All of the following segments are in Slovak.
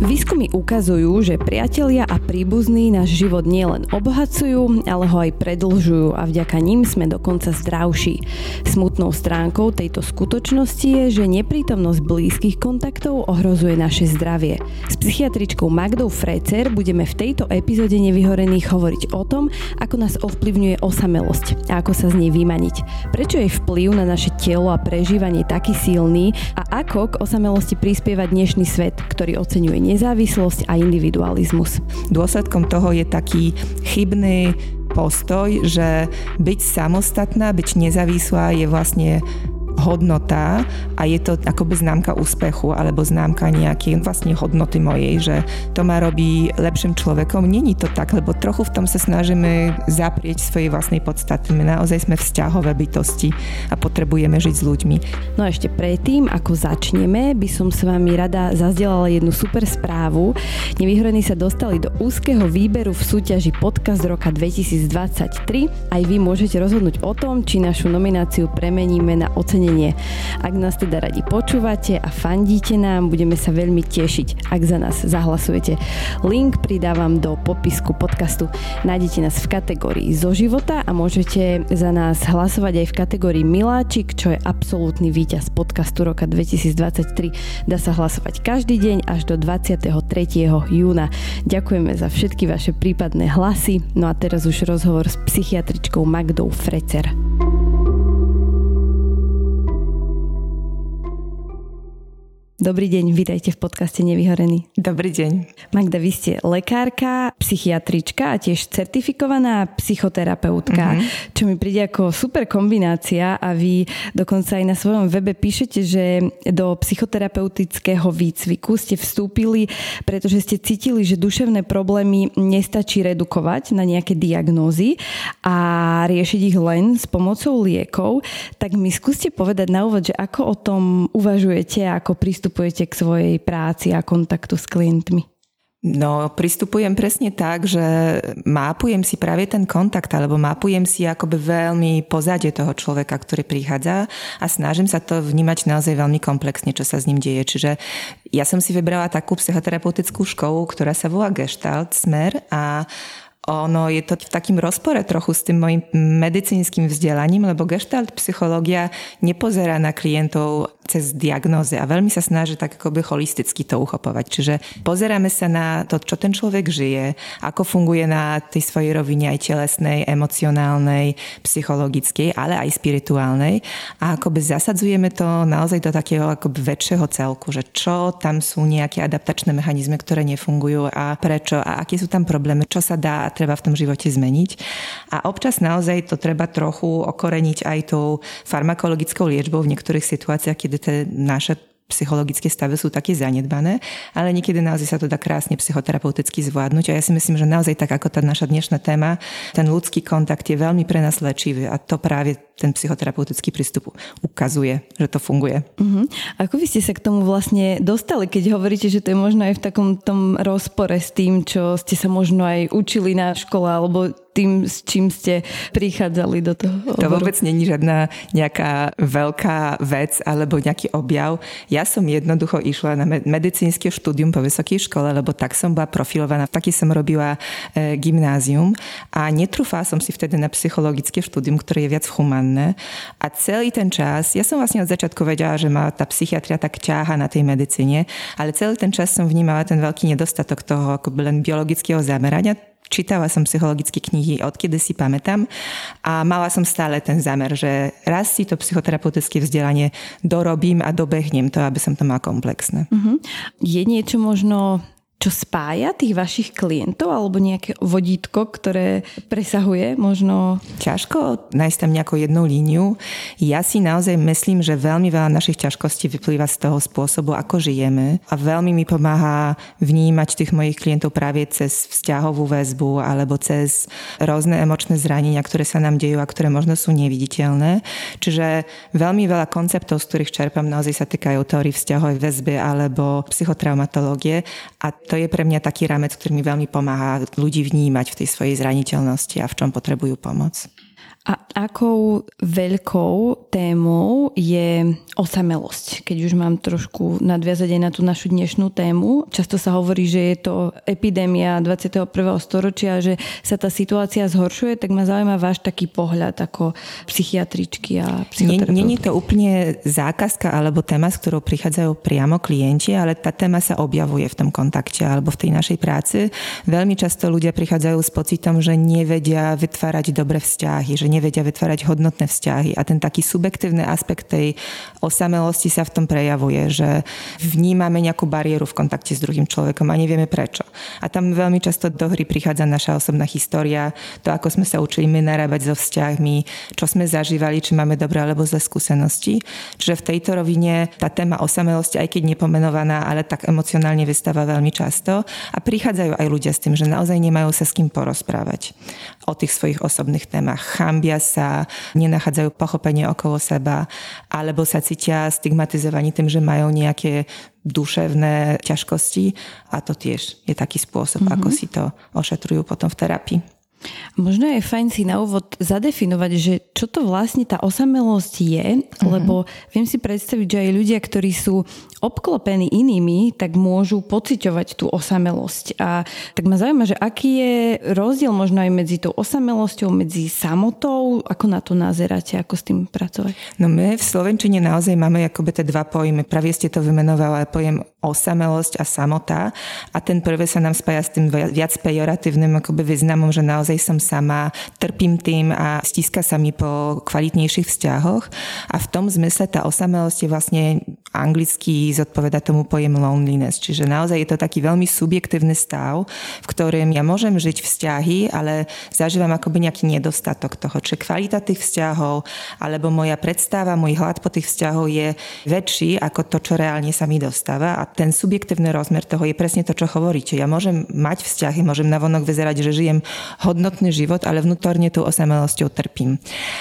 Výskumy ukazujú, že priatelia a príbuzní náš život nielen obohacujú, ale ho aj predĺžujú a vďaka nim sme dokonca zdravší. Smutnou stránkou tejto skutočnosti je, že neprítomnosť blízkych kontaktov ohrozuje naše zdravie. S psychiatričkou Magdou Frecer budeme v tejto epizóde Nevyhorených hovoriť o tom, ako nás ovplyvňuje osamelosť a ako sa z nej vymaniť. Prečo je vplyv na naše telo a prežívanie taký silný a ako k osamelosti prispieva dnešný svet, ktorý oceňuje nezávislosť a individualizmus. Dôsledkom toho je taký chybný postoj, že byť samostatná, byť nezávislá je vlastne hodnota a je to akoby známka úspechu alebo známka nejakej vlastne hodnoty mojej, že to ma robí lepším človekom. Není to tak, lebo trochu v tom sa snažíme zaprieť svojej vlastnej podstaty. My naozaj sme vzťahové bytosti a potrebujeme žiť s ľuďmi. No a ešte predtým, ako začneme, by som s vami rada zazdielala jednu super správu. Nevyhorení sa dostali do úzkeho výberu v súťaži Podcast roka 2023. Aj vy môžete rozhodnúť o tom, či našu nomináciu premeníme na ocenenie. Ak nás teda radi počúvate a fandíte nám, budeme sa veľmi tešiť, ak za nás zahlasujete. Link pridávam do popisku podcastu. Nájdete nás v kategórii Zo života a môžete za nás hlasovať aj v kategórii Miláčik, čo je absolútny víťaz podcastu roka 2023. Dá sa hlasovať každý deň až do 23. júna. Ďakujeme za všetky vaše prípadné hlasy. No a teraz už rozhovor s psychiatričkou Magdou Frecer. Dobrý deň, vítajte v podcaste Nevyhorení. Dobrý deň. Magda, vy ste lekárka, psychiatrička a tiež certifikovaná psychoterapeutka, čo mi príde ako super kombinácia a vy dokonca aj na svojom webe píšete, že do psychoterapeutického výcviku ste vstúpili, pretože ste cítili, že duševné problémy nestačí redukovať na nejaké diagnózy a riešiť ich len s pomocou liekov. Tak mi skúste povedať na úvod, že ako o tom uvažujete a ako pristupujete k svojej práci a kontaktu s klientmi? No, pristupujem presne tak, že mápujem si práve ten kontakt, alebo mápujem si akoby veľmi pozadie toho človeka, ktorý prichádza a snažím sa to vnímať naozaj veľmi komplexne, čo sa s ním deje. Čiže ja som si vybrala takú psychoterapeutickú školu, ktorá sa volá Gestalt Smer a ono je to v takým rozpore trochu s tým mojim medicínskym vzdelaním, lebo gestalt psychológia nepozerá na klientov cez diagnózy a veľmi sa snaží tak akoby holisticky to uchopovať. Čiže pozeráme sa na to, čo ten človek žije, ako funguje na tej svojej rovine aj telesnej, emocionálnej, psychologickej, ale aj spirituálnej a akoby zasadzujeme to naozaj do takého akoby väčšieho celku, že čo tam sú nejaké adaptačné mechanizmy, ktoré nefungujú a prečo a aké sú tam problémy, čo sa dá a treba v tom živote zmeniť. A občas naozaj to treba trochu okoreniť aj tou farmakologickou liečbou v niektorých situáciách, kedy tie naše psychologické stavy sú také zanedbané, ale niekedy naozaj sa to dá krásne psychoterapeuticky zvládnuť a ja si myslím, že naozaj tak ako tá naša dnešná téma, ten ľudský kontakt je veľmi pre nás lečivý a to práve ten psychoterapeutický prístup ukazuje, že to funguje. Ako vy ste sa k tomu vlastne dostali, keď hovoríte, že to je možno aj v takom tom rozpore s tým, čo ste sa možno aj učili na škole alebo tým, s čím ste prichádzali do toho oboru? To vôbec není žiadna nejaká veľká vec alebo nejaký objav. Ja som jednoducho išla na medicínske štúdium po vysokej škole, lebo tak som bola profilovaná. Taký som robila gymnázium a netrúfala som si vtedy na psychologické štúdium, ktoré je viac humánne. A celý ten čas, ja som vlastne od začiatku vedela, že ma tá psychiatria tak ťaha na tej medicíne, ale celý ten čas som vnímala ten veľký nedostatok toho akoby len biologického zamerania. Čítala som psychologické knihy, odkedy si pamätám a mala som stále ten zámer, že raz si to psychoterapeutické vzdelanie dorobím a dobehnem to, aby som to mala komplexné. Je niečo možno, čo spája tých vašich klientov alebo nejaké vodítko, ktoré presahuje možno? Ťažko nájsť tam nejakú jednu líniu. Ja si naozaj myslím, že veľmi veľa našich ťažkostí vyplýva z toho spôsobu, ako žijeme a veľmi mi pomáha vnímať tých mojich klientov práve cez vzťahovú väzbu alebo cez rôzne emočné zranenia, ktoré sa nám dejú a ktoré možno sú neviditeľné. Čiže veľmi veľa konceptov, z ktorých čerpám, naozaj sa týkajú teórií vzťahovej väzby alebo psychotraumatológie a to je pre mňa taký rámec, ktorý mi veľmi pomáha ľudí vnímať v tej svojej zraniteľnosti a v čom potrebujú pomoc. A akou veľkou témou je osamelosť? Keď už mám trošku nadviazať aj na tú našu dnešnú tému. Často sa hovorí, že je to epidémia 21. storočia, že sa tá situácia zhoršuje, tak ma zaujíma váš taký pohľad ako psychiatričky a psychoterapeutky. Nie je to úplne zákazka alebo téma, s ktorou prichádzajú priamo klienti, ale tá téma sa objavuje v tom kontakte alebo v tej našej práci. Veľmi často ľudia prichádzajú s pocitom, že nevedia vytvárať dobré vzťahy, že nevedia vytvárať hodnotné vzťahy a ten taký subjektívny aspekt tej osamelosti sa v tom prejavuje, že vnímame nejakú bariéru v kontakte s druhým človekom a nevieme prečo. A tam veľmi často do hry prichádza naša osobná história, to ako sme sa učili my narábať so vzťahmi, čo sme zažívali, či máme dobré alebo zlé skúsenosti. Čiže v tejto rovine tá téma osamelosti, aj keď nepomenovaná, ale tak emocionálne vystáva veľmi často a prichádzajú aj ľudia s tým, že naozaj nemajú sa s kým porozprávať o tých svojich osobných témach. Chambia sa, nenachádzajú pochopenie okolo seba, alebo sa cítia stigmatizovaní tým, že majú nejaké duševné ťažkosti a to tiež je taký spôsob, ako si to ošetrujú potom v terapii. Možno je fajn si na úvod zadefinovať, že čo to vlastne tá osamelosť je, lebo viem si predstaviť, že aj ľudia, ktorí sú obklopení inými, tak môžu pociťovať tú osamelosť. A tak ma zaujíma, že aký je rozdiel možno aj medzi tou osamelosťou, medzi samotou, ako na to nazeráte, ako s tým pracovať? No my v slovenčine naozaj máme akoby tie dva pojmy. Práve ste to vymenovali, pojem osamelosť a samota a ten prvé sa nám spája s tým viac pejoratívnym akoby významom, že naozaj som sama, trpím tým a stíska sa mi po kvalitnejších vzťahoch a v tom zmysle tá osamelosť je vlastne anglicky zodpoveda tomu pojem loneliness, čiže naozaj je to taký veľmi subjektívny stav, v ktorom ja môžem žiť vzťahy, ale zažívam akoby nejaký nedostatok toho, či kvalita tých vzťahov alebo moja predstava, môj hlad po tých vzťahov je väčší ako to, čo reálne sa mi dostáva a ten subjektívny rozmer toho je presne to, čo hovoríte. Ja môžem mať vzťahy, môžem navonok vyzerať, že žijem hodnotný život, ale vnútorne tú osamelosťou trpím.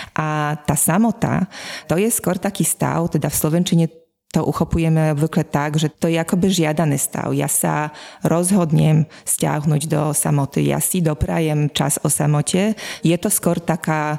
A tá samota, to je skôr taký stav, teda v slovenčine to uchopujeme obvykle tak, že to je akoby žiadaný stav. Ja sa rozhodnem stiahnuť do samoty, ja si doprajem čas o samote. Je to skôr taká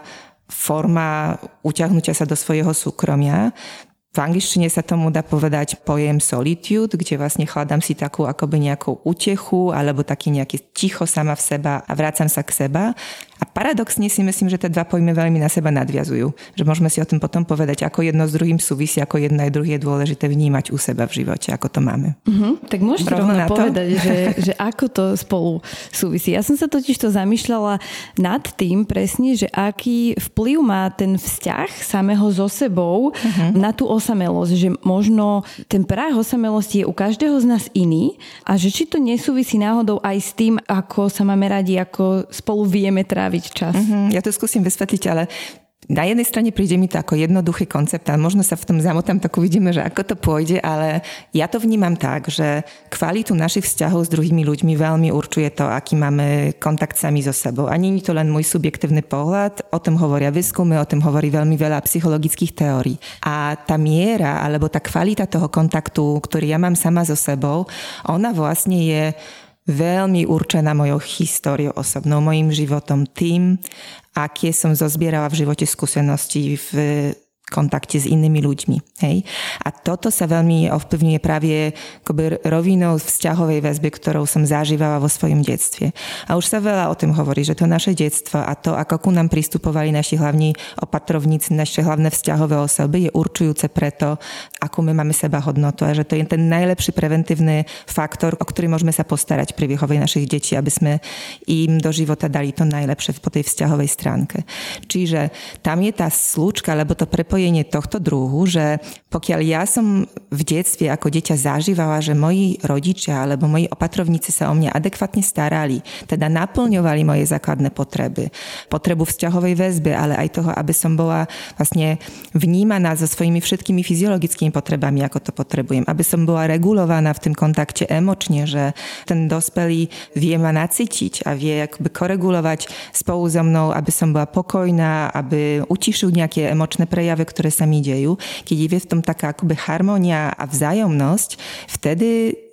forma utiahnutia sa do svojho súkromia. V angličtine sa tomu dá povedať pojem solitude, kde vlastne hľadám si takú akoby nejakú útechu alebo taký nejaký ticho sama v seba a vrácam sa k seba. A paradoxne si myslím, že tie dva pojmy veľmi na seba nadviazujú. Že môžeme si o tom potom povedať, ako jedno s druhým súvisí, ako jedno aj druhé je dôležité vnímať u seba v živote, ako to máme. Tak môžete rovno povedať, že ako to spolu súvisí. Ja som sa totiž to zamýšľala nad tým presne, že aký vplyv má ten vzťah samého so sebou na tú osamelosť. Že možno ten práh osamelosti je u každého z nás iný a že či to nesúvisí náhodou aj s tým, ako sa máme radi, ako spolu vieme čas. Ja to skúsim vysvetliť, ale na jednej strane príde mi to ako jednoduchý koncept a možno sa v tom zamotám, tak uvidíme, že ako to pôjde, ale ja to vnímam tak, že kvalitu našich vzťahov s druhými ľuďmi veľmi určuje to, aký máme kontakt sami so sebou. A nie je to len môj subjektívny pohľad, o tom hovoria výskumy, o tom hovorí veľmi veľa psychologických teórií. A tá miera, alebo tá kvalita toho kontaktu, ktorý ja mám sama so sebou, ona vlastne je veľmi určená mojou históriou osobnou, mojím životom, tým, aké som zozbierala v živote skúsenosti v kontakte s inými ľuďmi. Hej? A toto sa veľmi ovplyvňuje práve rovinou vzťahovej väzby, ktorou som zažívala vo svojom detstve. A už sa veľa o tom hovorí, že to naše detstvo a to, ako ku nám pristupovali naši hlavní opatrovníci, naše hlavné vzťahové osoby, je určujúce preto, akú my máme seba hodnotu a že to je ten najlepší preventívny faktor, o ktorý môžeme sa postarať pri výchove našich detí, aby sme im do života dali to najlepšie po tej vzťahovej stránke. Čiže tam je tá slúčka, alebo to prepojenie tohto druhu, že pokiaľ ja som v detstve ako dieťa zažívala, že moji rodičia alebo moji opatrovníci sa o mňa adekvátne starali, teda naplňovali moje základné potreby, potrebu vzťahovej väzby, ale aj toho, aby som bola vlastne vnímaná so svojimi všetkými fyziologickými potrebami, ako to potrebujem, aby som bola regulovaná v tom kontakte emočne, že ten dospelý vie ma nacítiť a vie akoby koregulovať spolu so mnou, aby som bola pokojná, aby utišil nejaké emočné prejavy, ktoré sa mi dejú. Keď je v tom taká akoby harmónia a vzájomnosť, vtedy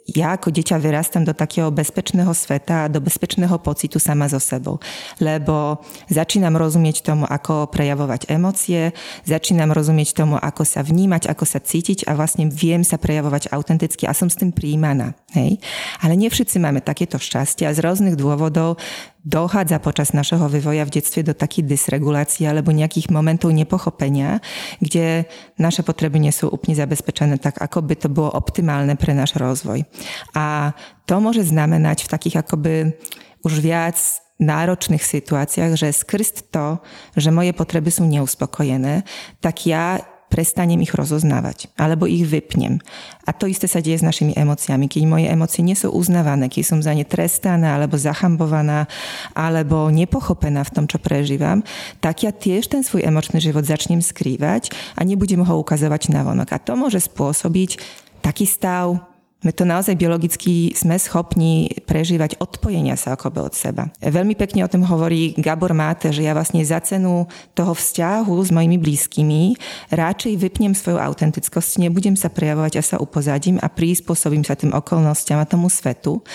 ja ako dieťa vyrastám do takého bezpečného sveta, do bezpečného pocitu sama so sebou. Lebo začínam rozumieť tomu, ako prejavovať emócie, začínam rozumieť tomu, ako sa vnímať, ako sa cítiť a vlastne viem sa prejavovať autenticky a som s tým prijímaná. Hej? Ale nie všetci máme takéto šťastie a z rôznych dôvodov dochádza počas našeho vývoja v detstve do takých dysregulácií alebo nejakých momentov nepochopenia, kde naše potreby nie sú úplne zabezpečené tak, ako by to bolo optimálne pre náš rozvoj. A to môže znamenať v takých akoby už viac náročných situáciách, že skrz to, že moje potreby sú neuspokojené, tak ja prestanem ich rozoznávať, alebo ich vypnem. A to isté sa deje s našimi emóciami. Keď moje emócie nie sú uznávané, keď som za ne trestaná, alebo zachambovaná, alebo nepochopená v tom, čo prežívam, tak ja tiež ten svoj emočný život začnem skrývať a nebudem ho ukazovať navonok. A to môže spôsobiť taký stav, my to naozaj biologicky sme schopní prežívať odpojenia sa akoby od seba. Veľmi pekne o tom hovorí Gabor Mate, že ja vlastne za cenu toho vzťahu s mojimi blízkymi radšej vypnem svoju autentickosť, nebudem sa prejavovať a sa upozadím a prispôsobím sa tým okolnostiam a tomu svetu.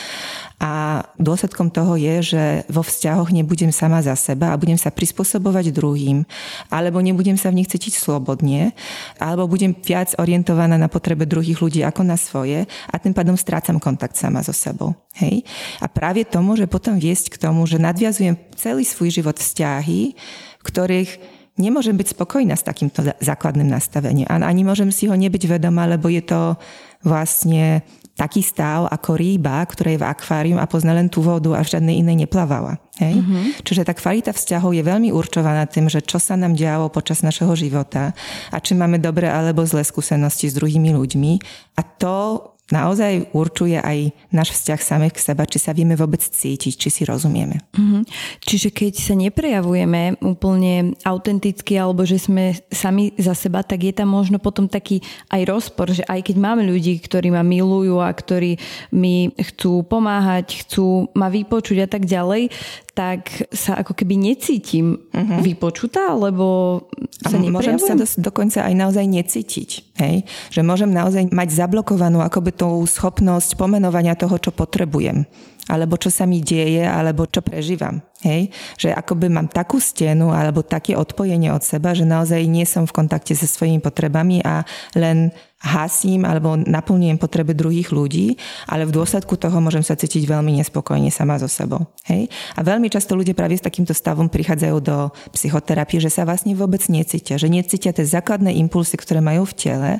A dôsledkom toho je, že vo vzťahoch nebudem sama za seba a budem sa prispôsobovať druhým, alebo nebudem sa v nich cítiť slobodne, alebo budem viac orientovaná na potreby druhých ľudí ako na svoje a tým pádom strácam kontakt sama so sebou. Hej? A práve to môže potom viesť k tomu, že nadviazujem celý svoj život vzťahy, v ktorých nemôžem byť spokojná s takýmto základným nastavením. A ani môžem si ho nebyť vedomá, lebo je to vlastne taký stav ako rýba, ktorá je v akváriu a pozná len tú vodu a v žiadnej inej neplávala. Hej? Čiže tá kvalita vzťahov je veľmi určovaná tým, že čo sa nám dialo počas našeho života a či máme dobré alebo zlé skúsenosti s druhými ľuďmi. A to naozaj určuje aj náš vzťah samých k seba, či sa vieme vôbec cítiť, či si rozumieme. Čiže keď sa neprejavujeme úplne autenticky alebo že sme sami za seba, tak je tam možno potom taký aj rozpor, že aj keď máme ľudí, ktorí ma milujú a ktorí mi chcú pomáhať, chcú ma vypočuť a tak ďalej, tak sa ako keby necítim vypočutá, lebo sa neprejavujem. Môžem sa dokonca aj naozaj necítiť. Hej? Že môžem naozaj mať zablokovanú akoby tú schopnosť pomenovania toho, čo potrebujem. Alebo čo sa mi deje, alebo čo prežívam. Hej? Že akoby mám takú stenu, alebo také odpojenie od seba, že naozaj nie som v kontakte so svojimi potrebami a len hasím alebo naplňujem potreby druhých ľudí, ale v dôsledku toho môžem sa cítiť veľmi nespokojne sama so sebou. Hej? A veľmi často ľudia práve s takýmto stavom prichádzajú do psychoterapie, že sa vlastne vôbec necítia, že necítia tie základné impulsy, ktoré majú v tele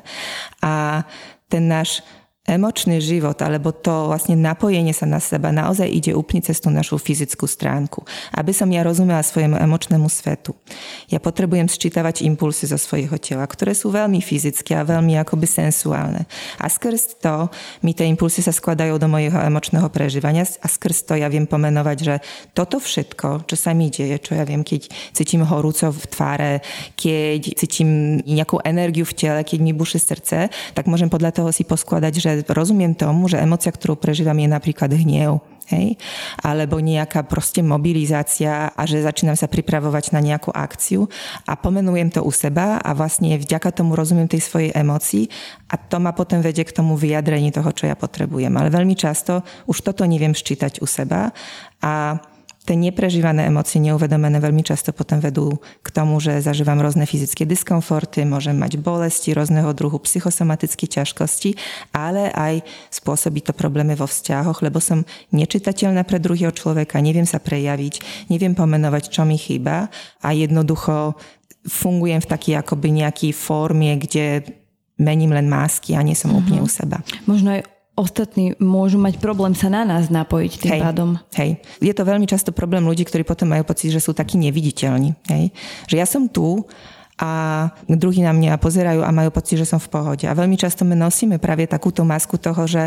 a ten náš emočný život, alebo to vlastne napojenie sa na seba naozaj ide úplne cez tú našu fyzickú stránku. Aby som ja rozumela svojemu emočnému svetu. Ja potrebujem sčítavať impulsy zo svojho tela, ktoré sú veľmi fyzické a veľmi akoby sensuálne. A skrz to mi tie impulsy sa skladajú do mojho emočného prežívania a skrz to ja viem pomenovať, že toto všetko, čo sa mi deje, čo ja viem, keď cítim horúco v tvare, keď cítim nejakú energiu v tele, keď mi buší srdce, tak môžem podľa toho si poskladať, že rozumiem tomu, že emócia, ktorú prežívam, je napríklad hnev, hej? Alebo nejaká proste mobilizácia a že začínam sa pripravovať na nejakú akciu a pomenujem to u seba a vlastne vďaka tomu rozumiem tej svojej emócii a to ma potom vedie k tomu vyjadrení toho, čo ja potrebujem. Ale veľmi často už toto neviem ščítať u seba a tie neprežívané emócie, neuvedomené, veľmi často potom vedú k tomu, že zažívam rôzne fyzické diskomforty, môžem mať bolesti, rôzneho druhu psychosomatické ťažkosti, ale aj spôsobí to problémy vo vzťahoch, lebo som nečitateľná pre druhého človeka, neviem sa prejaviť, neviem pomenovať, čo mi chýba a jednoducho fungujem v takej akoby nejakej forme, kde mením len masky a nie som úplne u seba. Možno aj ostatní môžu mať problém sa na nás napojiť tým pádom. Hej. Je to veľmi často problém ľudí, ktorí potom majú pocit, že sú takí neviditeľní. Hej. Že ja som tu a druhí na mňa pozerajú a majú pocit, že som v pohode. A veľmi často my nosíme práve takúto masku toho, že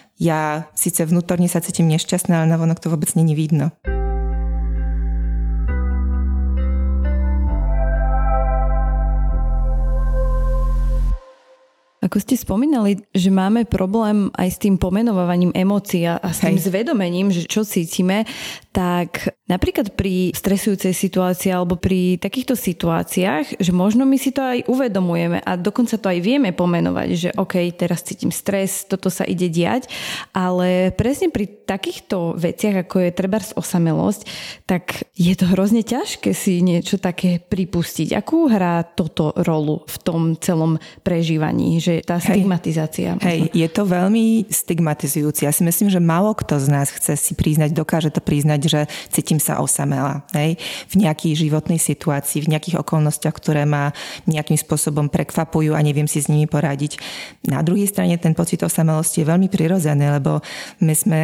ja síce vnútorne sa cítim nešťastná, ale navonok to vôbec není vidno. Ako ste spomínali, že máme problém aj s tým pomenovaním emócií a s tým zvedomením, že čo cítime, tak napríklad pri stresujúcej situácii alebo pri takýchto situáciách, že možno my si to aj uvedomujeme a dokonca to aj vieme pomenovať, že OK, teraz cítim stres, toto sa ide diať, ale presne pri takýchto veciach, ako je trebárs osamelosť, tak je to hrozne ťažké si niečo také pripustiť. Akú hrá toto rolu v tom celom prežívaní, že tá stigmatizácia? Hej, je to veľmi stigmatizujúce. Ja si myslím, že málo kto z nás chce si priznať, dokáže to priznať, že cítim sa osamela. Hej? V nejakej životnej situácii, v nejakých okolnostiach, ktoré ma nejakým spôsobom prekvapujú a neviem si s nimi poradiť. Na druhej strane ten pocit osamelosti je veľmi prirodzený, lebo my sme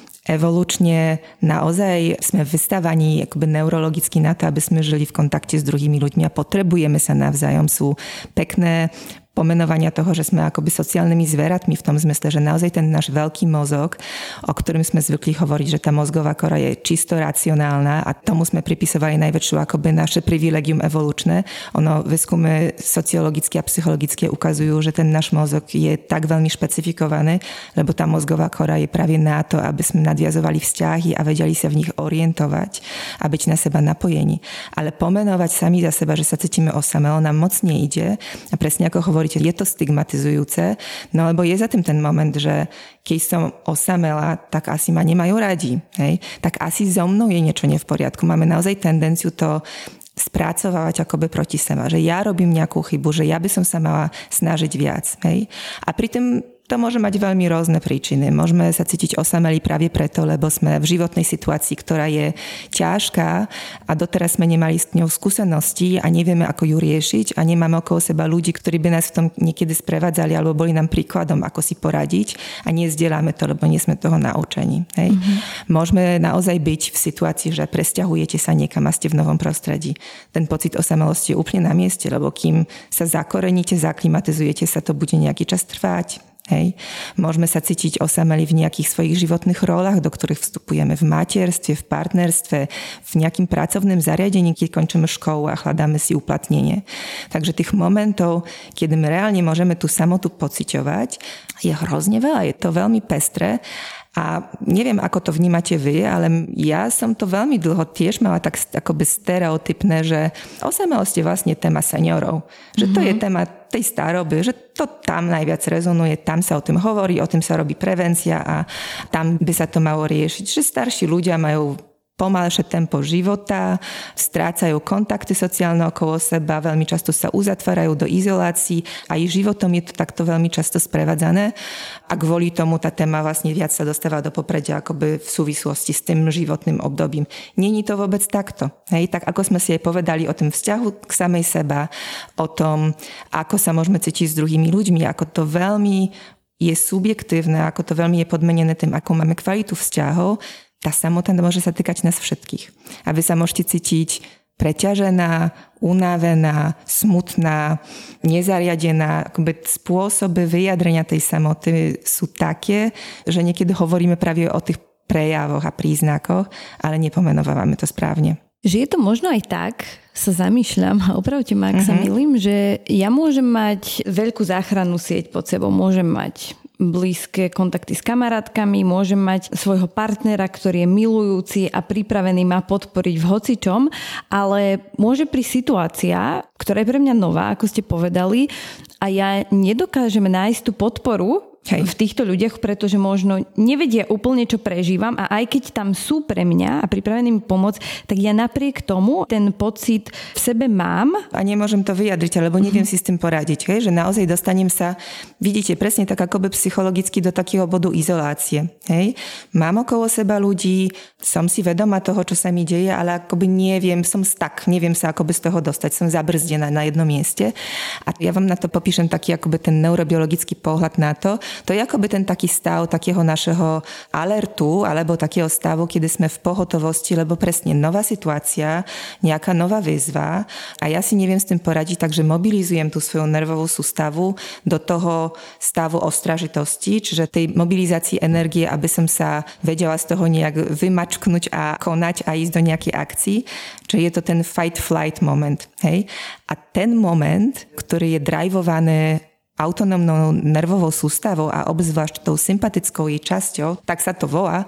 evolučne naozaj sme vystavaní akoby neurologicky na to, aby sme žili v kontakte s druhými ľuďmi a potrebujeme sa navzájom. Sú pekné pomenovania toho, že sme akoby sociálnymi zveratmi v tom zmysle, že naozaj ten náš veľký mozog, o ktorom sme zvykli hovoriť, že tá mozgová kora je čisto racionálna a tomu sme pripisovali najväčšiu akoby naše privilegium evolučné. Ono v výskume sociologicky a psychologicky ukazujú, že ten náš mozog je tak veľmi špecifikovaný, lebo tá mozgová kora je práve na to, aby sme nadviazovali vzťahy a vedeli sa v nich orientovať a byť na seba napojení. Ale pomenovať sami za seba, že sa cítime osamelo, nám moc nejde a presne ako hovoríte, je to stigmatizujúce, no lebo je za tým ten moment, že keď som osamela, tak asi ma nemajú radi, hej? Tak asi so mnou je niečo nie v poriadku. Máme naozaj tendenciu to spracovávať akoby proti seba, že ja robím nejakú chybu, že ja by som sa mala snažiť viac, hej? A pritom to môže mať veľmi rôzne príčiny. Môžeme sa cítiť osamelí práve preto, lebo sme v životnej situácii, ktorá je ťažká a doteraz sme nemali s ňou skúsenosti a nevieme, ako ju riešiť a nemáme okolo seba ľudí, ktorí by nás v tom niekedy sprevádzali alebo boli nám príkladom, ako si poradiť a nezdieľame to, lebo nie sme toho naučení. Hej? Môžeme naozaj byť v situácii, že presťahujete sa niekam a ste v novom prostredí. Ten pocit osamelosti je úplne na mieste, lebo kým sa zakoreníte, zaklimatizujete sa, to bude nejaký čas trvať. Hej. Môžeme sa cítiť osameli v nejakých svojich životných rolách, do ktorých vstupujeme v materstve, v partnerstve, v nejakým pracovnom zariadení, keď končíme školu a hľadáme si uplatnenie. Takže tých momentov, keď my reálne môžeme tú samotu pociťovať, je hrozne veľa, je to veľmi pestré. A neviem, ako to vnímate vy, ale ja som to veľmi dlho tiež mala tak akoby stereotypné, že osamelosť je vlastne téma seniorov. Že to je téma tej staroby, že to tam najviac rezonuje, tam sa o tým hovorí, o tým sa robí prevencia a tam by sa to malo riešiť. Že starší ľudia majú pomalšie tempo života, strácajú kontakty sociálne okolo seba, veľmi často sa uzatvárajú do izolácií a ich životom je to takto veľmi často sprevádzané a kvôli tomu tá téma vlastne viac sa dostáva do popredia akoby v súvislosti s tým životným obdobím. Není to vôbec takto. Hej? Tak ako sme si aj povedali o tom vzťahu k samej seba, o tom, ako sa môžeme cítiť s druhými ľuďmi, ako to veľmi je subjektívne, ako to veľmi je podmenené tým, ako máme kvalitu vzťahov, tá samota môže sa týkať nás všetkých. A vy sa môžete cítiť preťažená, unavená, smutná, nezariadená. Akoby spôsoby vyjadrenia tej samoty sú také, že niekedy hovoríme práve o tých prejavoch a príznakoch, ale nepomenovávame to správne. Že je to možno aj tak, sa zamýšľam, a opravte ma, ak sa milím, že ja môžem mať veľkú záchrannú sieť pod sebou, môžem mať blízke kontakty s kamarátkami, môžem mať svojho partnera, ktorý je milujúci a pripravený ma podporiť v hocičom, ale môže prísť situácia, ktorá je pre mňa nová, ako ste povedali, a ja nedokážem nájsť tú podporu v týchto ľuďoch, pretože možno nevedia úplne, čo prežívam a aj keď tam sú pre mňa a pripravení mi pomôcť, tak ja napriek tomu ten pocit v sebe mám. A nemôžem to vyjadriť, alebo neviem si s tým poradiť, hej? Že naozaj dostanem sa, vidíte, presne tak akoby psychologicky do takého bodu izolácie. Hej? Mám okolo seba ľudí, som si vedomá toho, čo sa mi deje, ale akoby neviem, som stuck, neviem sa akoby z toho dostať, som zabrzdená na jednom mieste. A ja vám na to popíšem taký akoby ten neurobiologický pohľad na to. To je akoby ten taký stav takého našeho alertu alebo takého stavu, kedy sme v pohotovosti, lebo presne nová situácia, nejaká nová výzva a ja si neviem s tým poradiť, takže mobilizujem tú svoju nervovú sústavu do toho stavu ostražitosti, čiže tej mobilizácii energie, aby som sa vedela z toho nejak vymačknúť a konať a ísť do nejakej akcii, čiže je to ten fight-flight moment. Hej? A ten moment, ktorý je drivovaný autonómnou nervovou sústavou a obzvlášť tou sympatickou jej časťou, tak sa to volá,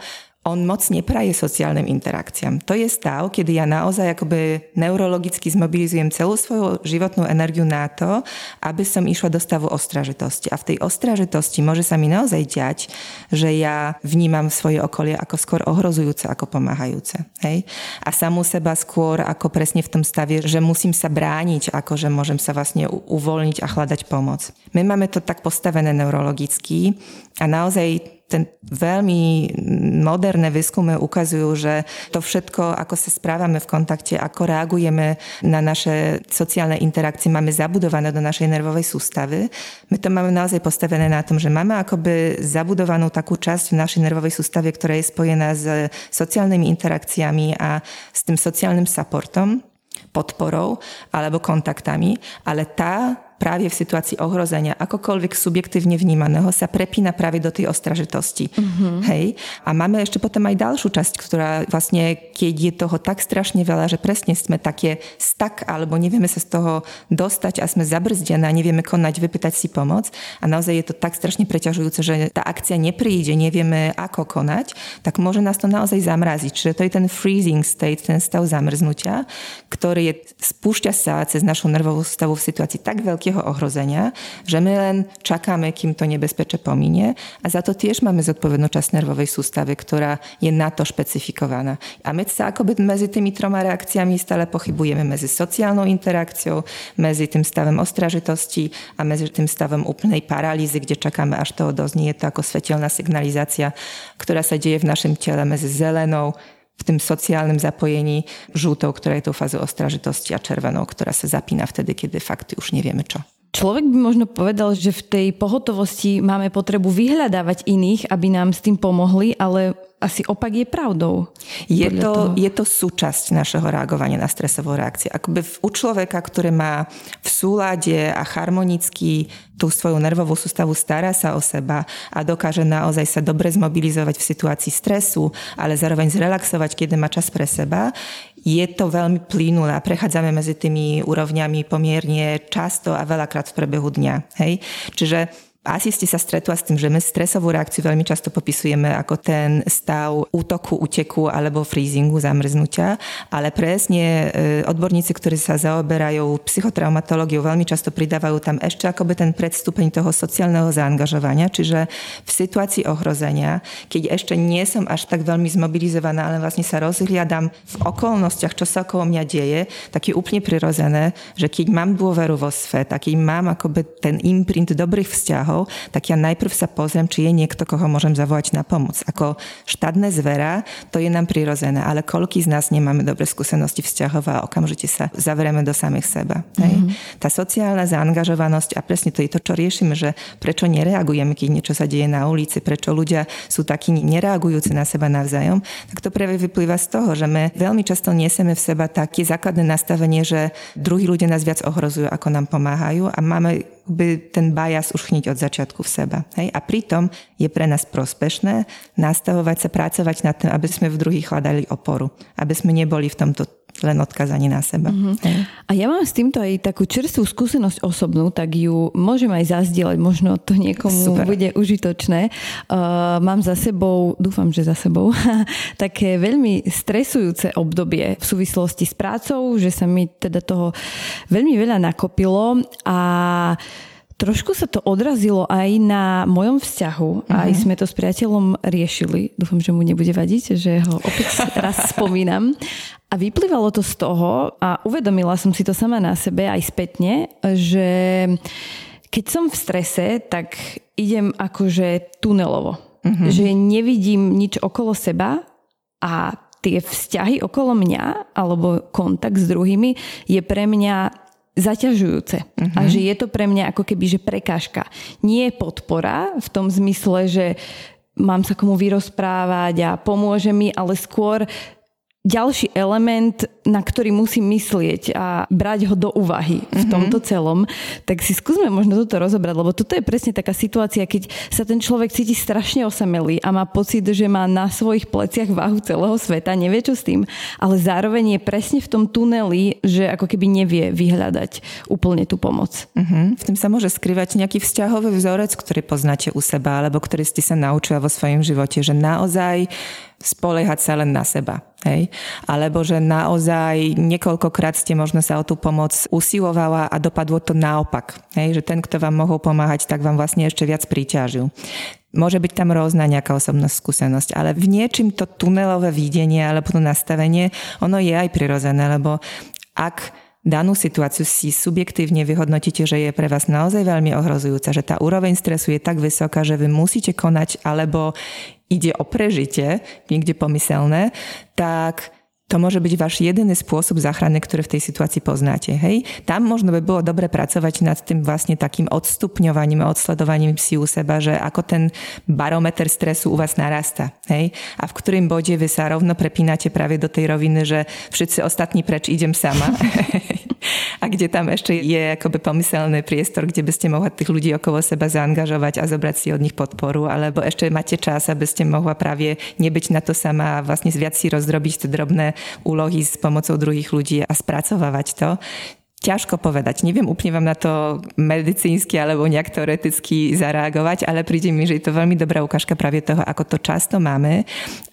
on moc nepraje sociálnym interakciám. To je stav, kedy ja naozaj akoby neurologicky zmobilizujem celú svoju životnú energiu na to, aby som išla do stavu ostražitosti. A v tej ostražitosti môže sa mi naozaj diať, že ja vnímam svoje okolie ako skôr ohrozujúce, ako pomáhajúce. Hej? A samú seba skôr ako presne v tom stave, že musím sa brániť, ako že môžem sa vlastne uvoľniť a hľadať pomoc. My máme to tak postavené neurologicky a naozaj ten veľmi moderné výskumy ukazujú, že to všetko, ako sa správame v kontakte, ako reagujeme na naše sociálne interakcie, máme zabudované do našej nervovej sústavy. My to máme naozaj postavené na tom, že máme akoby zabudovanú takú časť v našej nervovej sústave, ktorá je spojená s sociálnymi interakciami a s tým sociálnym supportom, podporou alebo kontaktami, ale tá práve v situácii ohrozenia, akokoľvek subjektívne vnímaného, sa prepína práve do tej ostražitosti. Hej? A máme ešte potom aj ďalšiu časť, ktorá vlastne, keď je toho tak strašne veľa, že presne sme také stuck, alebo nevieme sa z toho dostať a sme zabrzdené a nevieme konať, vypýtať si pomoc a naozaj je to tak strašne preťažujúce, že tá akcia nepríde, nevieme ako konať, tak môže nás to naozaj zamraziť. Čiže to je ten freezing state, ten stav zamrznutia, ktorý spúšťa sa cez našu nervovú stavu v situácii tak veľkého ohrozenia, že my len čakáme, kým to nebezpečie pominie a za to tiež máme zodpovednú časť nervovej sústavy, ktorá je na to špecifikovaná. A my sa akoby medzi tými troma reakciami stále pochybujeme medzi sociálnou interakciou, medzi tým stavom ostražitosti a medzi tým stavom úplnej paralýzy, kde čakáme, až toho doznie. Je to ako svetelná signalizácia, ktorá sa deje v našom tele medzi zelenou, v tým sociálnym zapojení, žltou, ktorá je tou fázou ostražitosti a červenou, ktorá sa zapína vtedy, keď de facto už nevieme čo. Človek by možno povedal, že v tej pohotovosti máme potrebu vyhľadávať iných, aby nám s tým pomohli, ale asi opak je pravdou. Je to súčasť našeho reagovania na stresovú reakciu. Akoby u človeka, ktorý má v súlade a harmonicky tú svoju nervovú sústavu, stará sa o seba a dokáže naozaj sa dobre zmobilizovať v situácii stresu, ale zároveň zrelaxovať, keď má čas pre seba, je to veľmi plynulé a prechádzame medzi tými úrovňami pomierne často a veľakrát v priebehu dňa. Hej? Čiže asi ste sa stretla s tým, že my stresovú reakciu veľmi často popisujeme ako ten stav útoku, úteku alebo freezingu, zamrznutia, ale presne odborníci, ktorí sa zaoberajú psychotraumatológiou, veľmi často pridávajú tam ešte akoby ten predstupeň toho sociálneho zaangažovania, čiže v situácii ohrozenia, keď ešte nie som až tak veľmi zmobilizovaná, ale vlastne sa rozhliadam v okolnostiach, čo sa okolo mňa deje, tak je úplne prirodzené, že keď mám dôveru vo svet, a keď mám akoby ten imprint dobrých vzťahov, tak ja najprv sa pozriem, či je niekto, koho môžem zavolať na pomoc. Ako štátne zvera, to je nám prirodzené, ale koľký z nás nemáme dobré skúsenosti vzťahové a okamžite sa zavrieme do samých seba. Hej? Tá sociálna zaangažovanosť a presne to je to, čo riešime, že prečo nereagujeme, keď niečo sa deje na ulici, prečo ľudia sú takí nereagujúci na seba navzájom, tak to práve vyplýva z toho, že my veľmi často nesieme v seba také základné nastavenie, že druhí ľudia nás viac ohrozujú, ako nám pomáhajú a máme by ten bias už hneď od začiatku v seba. Hej? A pritom je pre nás prospešné nastavovať sa, pracovať nad tým, aby sme v druhých hľadali oporu. Aby sme neboli v tomto len odkazaní na seba. A ja mám s týmto aj takú čerstvú skúsenosť osobnú, tak ju môžem aj zazdieľať, možno to niekomu bude užitočné. Mám za sebou, dúfam, že za sebou, také veľmi stresujúce obdobie v súvislosti s prácou, že sa mi teda toho veľmi veľa nakopilo a trošku sa to odrazilo aj na mojom vzťahu. Aj sme to s priateľom riešili. Dúfam, že mu nebude vadiť, že ho opäť raz spomínam. A vyplývalo to z toho, a uvedomila som si to sama na sebe aj spätne, že keď som v strese, tak idem akože tunelovo. Že nevidím nič okolo seba a tie vzťahy okolo mňa alebo kontakt s druhými je pre mňa zaťažujúce. A že je to pre mňa ako keby, že prekážka. Nie podpora v tom zmysle, že mám sa komu vyrozprávať a pomôže mi, ale skôr ďalší element, na ktorý musím myslieť a brať ho do úvahy v tomto celom, tak si skúsme možno toto rozobrať, lebo toto je presne taká situácia, keď sa ten človek cíti strašne osamelý a má pocit, že má na svojich pleciach váhu celého sveta, nevie čo s tým, ale zároveň je presne v tom tuneli, že ako keby nevie vyhľadať úplne tú pomoc. V tom sa môže skrývať nejaký vzťahový vzorec, ktorý poznáte u seba, alebo ktorý ste sa naučili vo svojom živote, že naozaj spoliehať sa len na seba. Hej? Alebo že naozaj niekoľkokrát ste možno sa o tú pomoc usilovala a dopadlo to naopak. Hej? Že ten, kto vám mohol pomáhať, tak vám vlastne ešte viac priťažil. Môže byť tam rôzna nejaká osobná skúsenosť, ale v niečím to tunelové videnie alebo to nastavenie, ono je aj prirodzené, lebo ak danú situáciu si subjektívne vyhodnotíte, že je pre vás naozaj veľmi ohrozujúca, že tá úroveň stresu je tak vysoká, že vy musíte konať alebo ide o prežitie, niekde pomyselné, tak to môže byť váš jediný spôsob záchrany, ktorý v tej situácii poznáte. Hej? Tam možno by bolo dobre pracovať nad tým vlastne takým odstupňovaním, odsledovaním si u seba, že ako ten barometer stresu u vás narastá. Hej? A v ktorým bode vy sa rovno prepínate práve do tej roviny, že všetci ostatní preč, idem sama. A kde tam ešte je akoby pomyselný priestor, kde by ste mohli tých ľudí okolo seba zaangažovať a zobrať si od nich podporu, alebo ešte máte čas, aby ste mohla práve nebyť na to sama a vlastne viac si rozdrobiť tie drobné úlohy s pomocou druhých ľudí a spracovávať to. Ťažko povedať. Neviem úplne vám na to medicínsky alebo nejak teoreticky zareagovať, ale príde mi, že je to veľmi dobrá ukážka práve toho, ako to často máme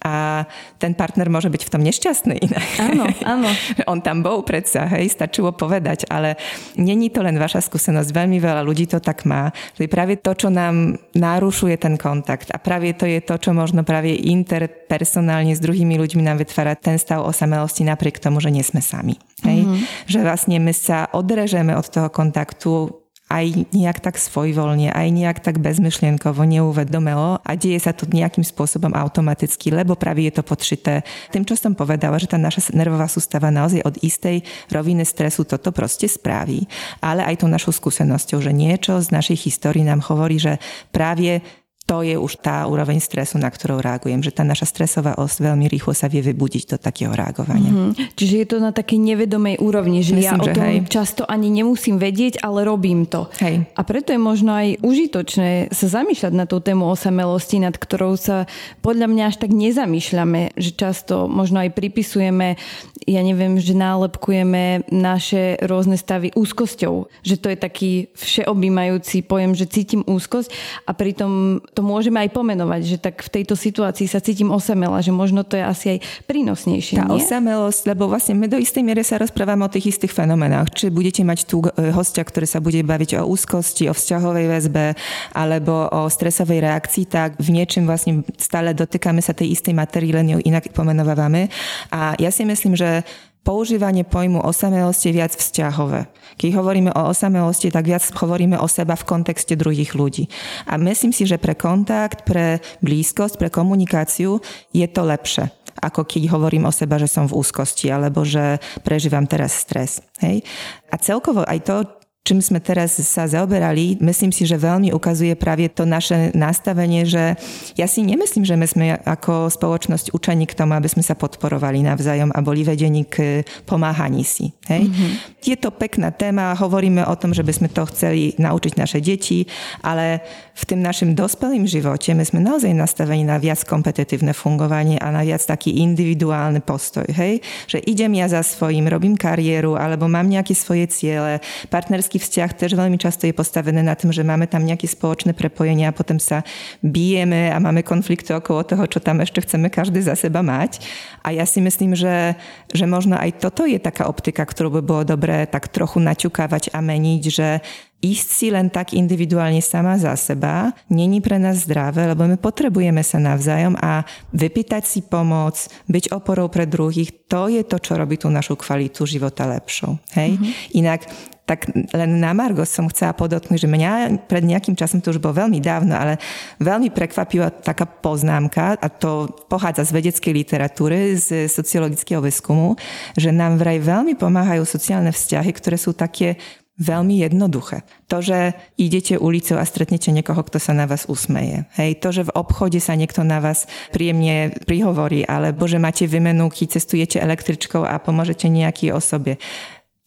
a ten partner môže byť v tom nešťastný. Áno, áno. On tam bol predsa, hej, stačilo povedať, ale není to len vaša skúsenosť. Veľmi veľa ľudí to tak má. Že práve to, čo nám narušuje ten kontakt a práve to je to, čo možno práve interpersonálne s druhými ľuďmi nám vytvára ten stav osamelosti napriek tomu, že nie sme sami. Hej? Že vlastne my sa odrežeme od toho kontaktu aj nejak tak svojvoľne, aj nejak tak bezmyšlienkovo, neuvedomelo a deje sa to nejakým spôsobom automaticky, lebo práve je to podšité tým, čo som povedala, že tá naša nervová sústava naozaj od istej roviny stresu toto proste spraví. Ale aj tou našou skúsenosťou, že niečo z našich histórií nám hovorí, že práve to je už tá úroveň stresu, na ktorú reagujem, že tá naša stresová os veľmi rýchlo sa vie vybudiť do takého reagovania. Čiže je to na takej nevedomej úrovni, že myslím, ja o tom často ani nemusím vedieť, ale robím to. Hej. A preto je možno aj užitočné sa zamýšľať na tú tému osamelosti, nad ktorou sa podľa mňa až tak nezamýšľame, že často možno aj pripisujeme, ja neviem, že nálepkujeme naše rôzne stavy úzkosťou, že to je taký všeobjímajúci pojem, že cítim úzkosť a pritom to môžeme aj pomenovať, že tak v tejto situácii sa cítim osamela, že možno to je asi aj prínosnejšie. Tá osamelosť, lebo vlastne my do istej miery sa rozprávame o tých istých fenoménach. Či budete mať tu hostia, ktorý sa bude baviť o úzkosti, o vzťahovej väzbe alebo o stresovej reakcii, tak v niečom vlastne stále dotýkame sa tej istej materii, len ju inak pomenovávame. A ja si myslím, že používanie pojmu osamelosti je viac vzťahové. Keď hovoríme o osamelosti, tak viac hovoríme o seba v kontexte druhých ľudí. A myslím si, že pre kontakt, pre blízkosť, pre komunikáciu je to lepšie, ako keď hovorím o seba, že som v úzkosti alebo že prežívam teraz stres. Hej? A celkovo aj to, čím sme teraz sa zaoberali, myslím si, že veľmi ukazuje práve to naše nastavenie, že ja si nemyslím, že my sme ako spoločnosť učení k tomu, aby sme sa podporovali navzájom a boli vedení k pomáhaní si. Hej? Je to pekná téma, hovoríme o tom, že by sme to chceli naučiť naše deti, ale v tým našim dospelým živote my sme naozaj nastavení na viac kompetitívne fungovanie a na viac taký individuálny postoj. Hej? Že idem ja za svojím, robím kariéru alebo mám nejaké svoje ciele, partnerský vzťah tiež veľmi často je postavené na tom, že máme tam nejaké spoločné prepojenie a potom sa bijeme a máme konflikty okolo toho, čo tam ešte chceme každý za seba mať. A ja si myslím, že možno aj toto je taká optika, ktorú by bolo dobré tak trochu naťukávať a meniť, že ísť si len tak individuálne sama za seba není pre nás zdravé, lebo my potrebujeme sa navzájom a vypýtať si pomoc, byť oporou pre druhých, to je to, čo robí tú našu kvalitu života lepšou. Hej? Inak tak len na margo som chcela podotknúť, že mňa pred nejakým časom, to už bolo veľmi dávno, ale veľmi prekvapila taká poznámka, a to pochádza z vedeckej literatúry, z sociologického výskumu, že nám vraj veľmi pomáhajú sociálne vzťahy, ktoré sú také veľmi jednoduché. To, že idete ulicou a stretnete niekoho, kto sa na vás usmeje. Hej, to, že v obchode sa niekto na vás príjemne prihovorí, alebo že máte výmenu, keď cestujete električkou a pomôžete nejakej osobe.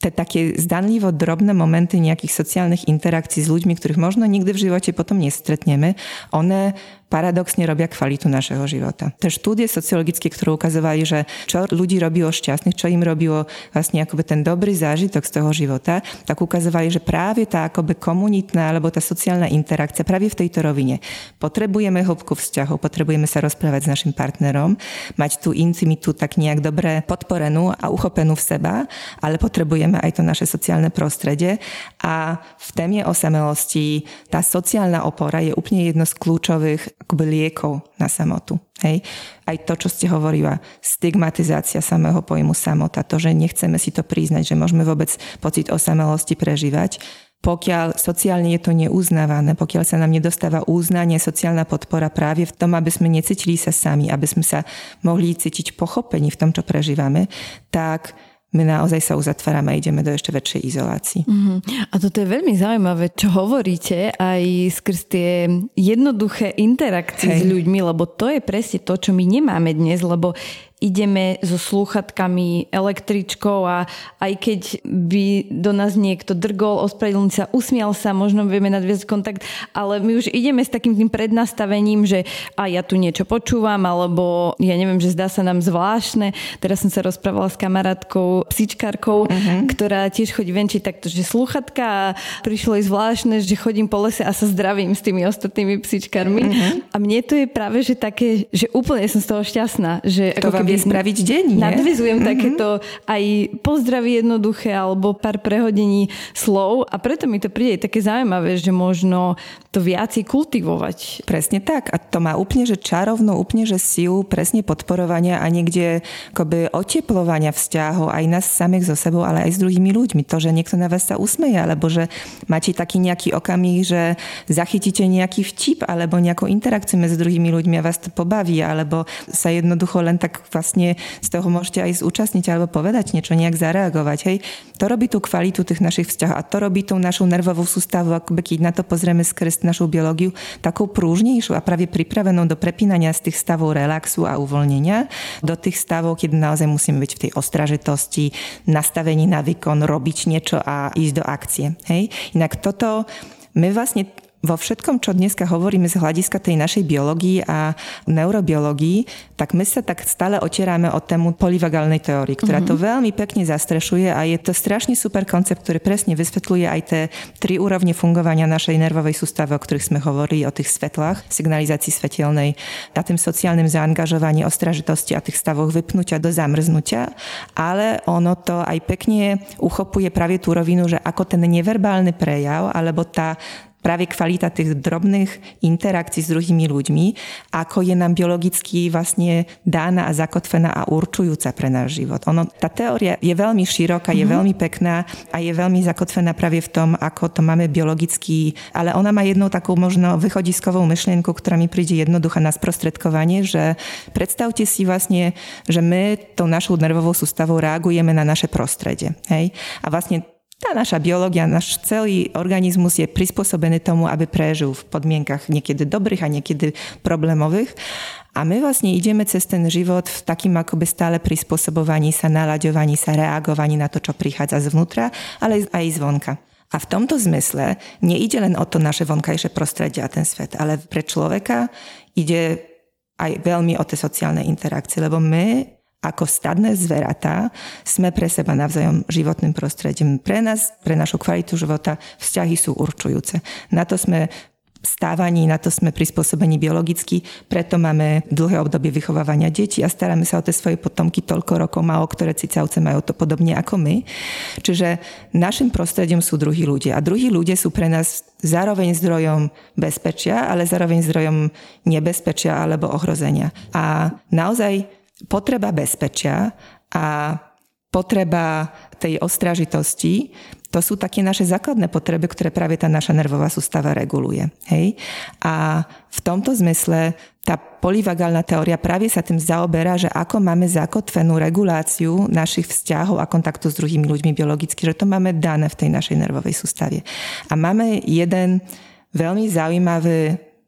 také zdanlivo drobné momenty nejakých sociálnych interakcií s ľuďmi, ktorých možno nikdy v živote potom nestretneme, one paradoxne robia kvalitu našeho života. Tie štúdie sociologické, ktoré ukazovali, že čo ľudí robilo šťastných, čo im robilo vlastne akoby ten dobrý zážitok z toho života, tak ukazovali, že práve tá akoby komunitná alebo tá sociálna interakcia práve v tejto rovine. Potrebujeme hĺbku vzťahov, potrebujeme sa rozprávať s našim partnerom, mať tú intimitu tak nejak dobre podporenú a uchopenú v seba, ale potrebujeme aj to naše sociálne prostredie a v téme osamelosti tá sociálna opora je úplne jedno z kľúčových akoby liekov na samotu. Hej? Aj to, čo ste hovorila, stigmatizácia samého pojmu samota, to, že nechceme si to priznať, že môžeme vôbec pocit osamelosti prežívať. Pokiaľ sociálne je to neuznávané, pokiaľ sa nám nedostáva uznanie, sociálna podpora práve v tom, aby sme necítili sa sami, aby sme sa mohli cítiť pochopení v tom, čo prežívame, tak my naozaj sa uzatvárame a ideme do ešte väčšej izolácii. A toto je veľmi zaujímavé, čo hovoríte aj skrz tie jednoduché interakcie s ľuďmi, lebo to je presne to, čo my nemáme dnes, lebo ideme so slúchatkami, električkou a aj keď by do nás niekto drgol, ospravedlnil sa, usmial sa, možno vieme nadviazať kontakt, ale my už ideme s takým tým prednastavením, že ja tu niečo počúvam, alebo ja neviem, že zdá sa nám zvláštne. Teraz som sa rozprávala s kamarátkou, psičkárkou, ktorá tiež chodí venčiť takto, že slúchatka a prišlo jej zvláštne, že chodím po lese a sa zdravím s tými ostatnými psičkármi. A mne to je práve, že také, že úplne som z toho šťastná, že to ako spraviť deň, nie? Nadväzujem takéto aj pozdravy jednoduché alebo pár prehodení slov a preto mi to príde také zaujímavé, že možno to viacej kultivovať. Presne tak. A to má úplne, že čarovnú, úplne, že silu presne podporovania a niekde akoby oteplovania vzťahov aj nás samých so sebou, ale aj s druhými ľuďmi. To, že niekto na vás sa usmeje, alebo že máte taký nejaký okamih, že zachytíte nejaký vtip alebo nejakú interakciu medzi druhými ľuďmi a vás to pobaví, alebo sa jednoducho len tak vlastne z toho môžete aj zúčastniť alebo povedať niečo, nejak zareagovať. Hej. To robí tú kvalitu tých našich vzťahov a to robí tú našu nervovú sústavu, akoby keď na to pozrieme skrz našu biológiu, takou prúžnejšiu a práve pripravenou do prepínania z tých stavov relaxu a uvoľnenia do tých stavov, keď naozaj musíme byť v tej ostražitosti, nastavení na výkon, robiť niečo a ísť do akcie. Hej. Inak toto my vlastne vo všetkom, čo dneska hovoríme z hľadiska tej našej biológii a neurobiológii, tak my sa tak stále otieráme o tému polyvagálnej teórii, ktorá to veľmi pekne zastrešuje a je to strašne super koncept, ktorý presne vysvetľuje aj tie 3 úrovne fungovania našej nervovej sústavy, o ktorých sme hovorili, o tých svetlách, signalizácii svetelnej, a tým sociálnym zaangažovaní, ostražitosti a tých stavoch vypnutia do zamrznutia, ale ono to aj pekne uchopuje práve tú rovinu, že ako ten neverbálny prejav, alebo tá práve kvalita tých drobných interakcií s druhými ľuďmi, ako je nám biologicky vlastne dána a zakotvená a určujúca pre náš život. Tá teória je veľmi široká, je veľmi pekná a je veľmi zakotvená práve v tom, ako to máme biologicky, ale ona má jednu takú možno východiskovú myšlienku, ktorá mi príde jednoduchá na sprostredkovanie, že predstavte si vlastne, že my tou našou nervovou sústavou reagujeme na naše prostredie. Hej? A vlastne tá naša biológia, náš celý organizmus je prispôsobený tomu, aby prežil v podmienkach niekedy dobrých a niekedy problémových. A my vlastne ideme cez ten život v takým akoby stále prispôsobovaní sa, nalaďovaní sa, reagovaní na to, čo prichádza zvnútra, ale aj zvonka. A v tomto zmysle nejde len o to naše vonkajšie prostredie a ten svet, ale pre človeka ide aj veľmi o tie sociálne interakcie, lebo my ako stadné zveratá sme pre seba navzájom životným prostredím. Pre nás, pre našu kvalitu života vzťahy sú určujúce. Na to sme stávaní, na to sme prispôsobení biologicky, preto máme dlhé obdobie vychovávania detí a staráme sa o tie svoje potomky toľko rokov, málo ktoré cicavce majú to podobne ako my. Čiže našim prostredím sú druhí ľudia. A druhí ľudia sú pre nás zároveň zdrojom bezpečia, ale zároveň zdrojom nebezpečia alebo ohrozenia. A naozaj potreba bezpečia a potreba tej ostražitosti, to sú také naše základné potreby, ktoré práve tá naša nervová sústava reguluje. Hej? A v tomto zmysle tá polyvagálna teória práve sa tým zaoberá, že ako máme zakotvenú reguláciu našich vzťahov a kontaktu s druhými ľuďmi biologicky, že to máme dané v tej našej nervovej sústave. A máme jeden veľmi zaujímavý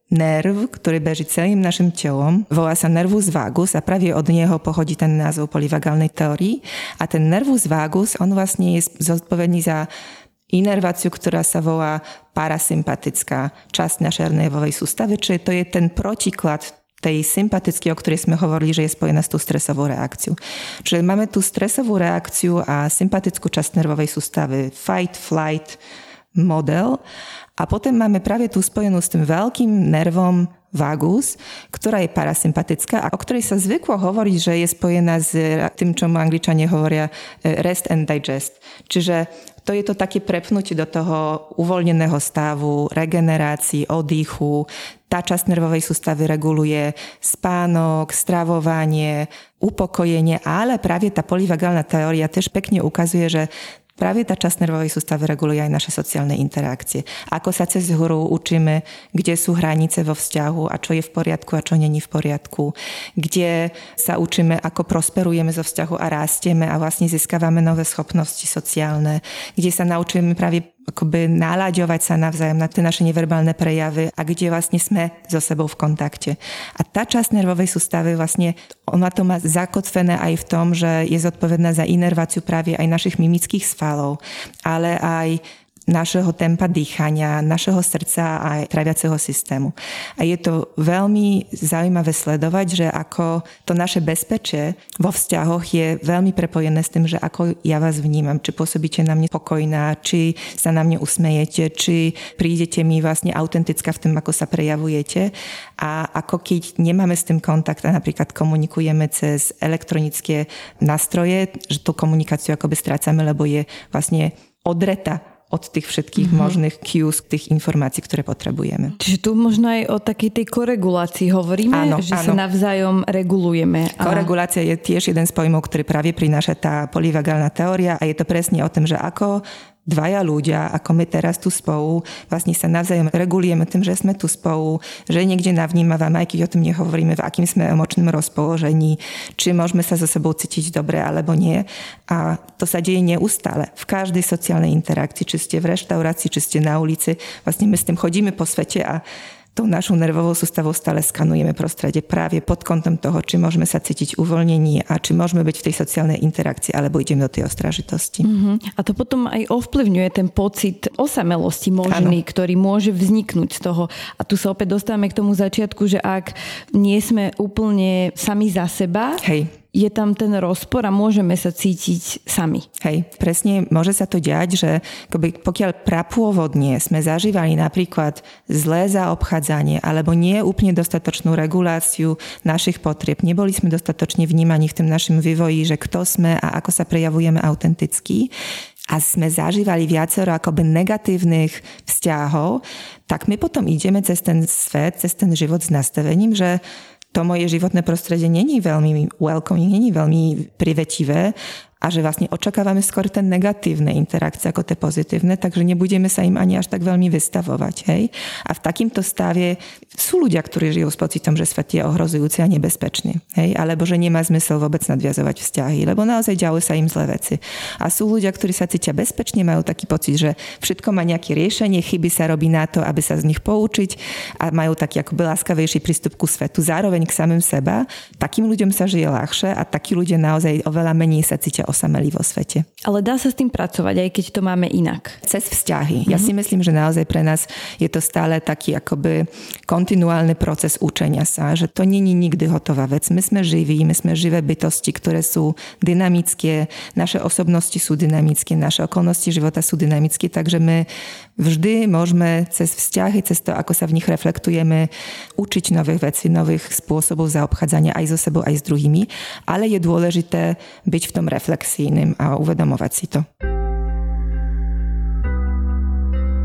nerv, ktorý beží celým našim telom. Volá sa nervus vagus a práve od neho pochodí ten názov polyvagálnej teórii. A ten nervus vagus, on vlastne je zodpovedný za inerváciu, ktorá sa volá parasympatická časť našej nervovej sústavy, čiže to je ten protiklad tej sympatickej, o ktorej sme hovorili, že je spojená s tú stresovou reakciou. Čiže máme tú stresovú reakciu a sympatickú časť nervovej sústavy, fight, flight model. A potom máme práve tú spojenú s tým veľkým nervom vagus, ktorá je parasympatická a o ktorej sa zvyklo hovoriť, že je spojená s tým, čo Angličania hovoria rest and digest. Čiže to je to také prepnutie do toho uvoľneného stavu, regenerácii, oddychu. Tá časť nervovej sústavy reguluje spánok, stravovanie, upokojenie, ale práve tá polyvagálna teória tiež pekne ukazuje, že práve tá časť nervovej sústavy reguluje aj naše sociálne interakcie. Ako sa cez hru učíme, kde sú hranice vo vzťahu a čo je v poriadku a čo není v poriadku. Kde sa učíme, ako prosperujeme zo vzťahu a rastieme a vlastne získavame nové schopnosti sociálne. Kde sa naučíme práve akoby naláďovať sa navzájom na tie naše neverbálne prejavy a kde vlastne sme so sebou v kontakte. A tá časť nervovej sústavy vlastne, ona to má zakotvené aj v tom, že je zodpovedná za inerváciu práve aj našich mimických svalov, ale aj našeho tempa dýchania, našeho srdca a aj tráviaceho systému. A je to veľmi zaujímavé sledovať, že ako to naše bezpečie vo vzťahoch je veľmi prepojené s tým, že ako ja vás vnímam, či pôsobíte na mne spokojná, či sa na mne usmejete, či prídete mi vlastne autentická v tom, ako sa prejavujete. A ako keď nemáme s tým kontakt a napríklad komunikujeme cez elektronické nástroje, že tú komunikáciu akoby strácame, lebo je vlastne odreta od tých všetkých možných cues, tých informácií, ktoré potrebujeme. Čiže tu možno aj o takej tej koregulácii hovoríme, áno, že sa navzájom regulujeme. Koregulácia je tiež jeden z pojmov, ktorý práve prináša tá polyvagálna teória a je to presne o tom, že ako dvaja ľudia, ako my teraz tu spolu, vlastne sa navzájom regulujeme tým, že sme tu spolu, že niekde navnímavame, aj keď o tom nehovoríme, v akým sme emočnom rozpoložení, či môžeme sa so sebou cítiť dobre alebo nie. A to sa deje neustále. V každej sociálnej interakcii, či ste v reštaurácii, či ste na ulici, vlastne my s tým chodíme po svete a tou našou nervovou sústavou stále skanujeme prostredie práve pod kontom toho, či môžeme sa cítiť uvoľnení a či môžeme byť v tej sociálnej interakcii, alebo ideme do tej ostražitosti. A to potom aj ovplyvňuje ten pocit osamelosti možný, ktorý môže vzniknúť z toho. A tu sa opäť dostávame k tomu začiatku, že ak nie sme úplne sami za seba, je tam ten rozpor a môžeme sa cítiť sami. Presne môže sa to diať, že pokiaľ prapôvodne sme zažívali napríklad zlé zaobchádzanie alebo nie úplne dostatočnú reguláciu našich potrieb, neboli sme dostatočne vnímaní v tom našom vývoji, že kto sme a ako sa prejavujeme autenticky a sme zažívali viacero akoby negatívnych vzťahov, tak my potom ideme cez ten svet, cez ten život s nastavením, že to moje životné prostredie není veľmi welcoming, není veľmi privetivé a že vlastne očakávame skôr ten negatívne interakcie ako tie pozitívne, takže nebudeme sa im ani až tak veľmi vystavovať. A v takýmto stave sú ľudia, ktorí žijú s pocitom, že svet je ohrozujúci a nebezpečný. Alebo že nemá zmysel vôbec nadviazovať vzťahy, lebo naozaj ďajú sa im zlé veci. A sú ľudia, ktorí sa cítia bezpečne, majú taký pocit, že všetko má nejaké riešenie, chyby sa robí na to, aby sa z nich poučiť a majú taký akoby láskavejší prístup ku svetu, zároveň k samým seba. Takým ľuďom sa žije ľahšie a takí ľudia naozaj oveľa menej sa cítia osamelí vo svete. Ale dá sa s tým pracovať, aj keď to máme inak. Cez vzťahy. Ja si myslím, že naozaj pre nás je to stále taký akoby kontinuálny proces učenia sa, že to nie je nikdy hotová vec. My sme živí, my sme živé bytosti, ktoré sú dynamické, naše osobnosti sú dynamické, naše okolnosti života sú dynamické, takže my vždy môžeme cez vzťahy, cez to, ako sa v nich reflektujeme, učiť nových vecí, nových spôsobov zaobchádzania aj so sebou, aj s druhými, ale je dôležité byť v tom reflexijným a uvedomovať si to.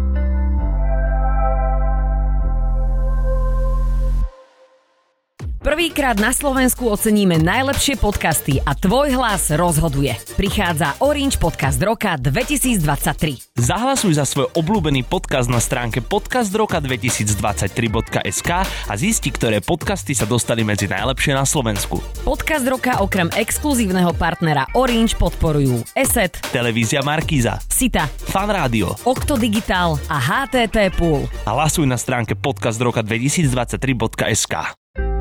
V Prvýkrát na Slovensku oceníme najlepšie podcasty a tvoj hlas rozhoduje. Prichádza Orange Podcast roka 2023. Zahlasuj za svoj obľúbený podcast na stránke podcastroka2023.sk a zisti, ktoré podcasty sa dostali medzi najlepšie na Slovensku. Podcast roka okrem exkluzívneho partnera Orange podporujú ESET, Televízia Markíza, Sita, Fan Rádio, Okto Digital a HTT Pool. A hlasuj na stránke podcastroka2023.sk.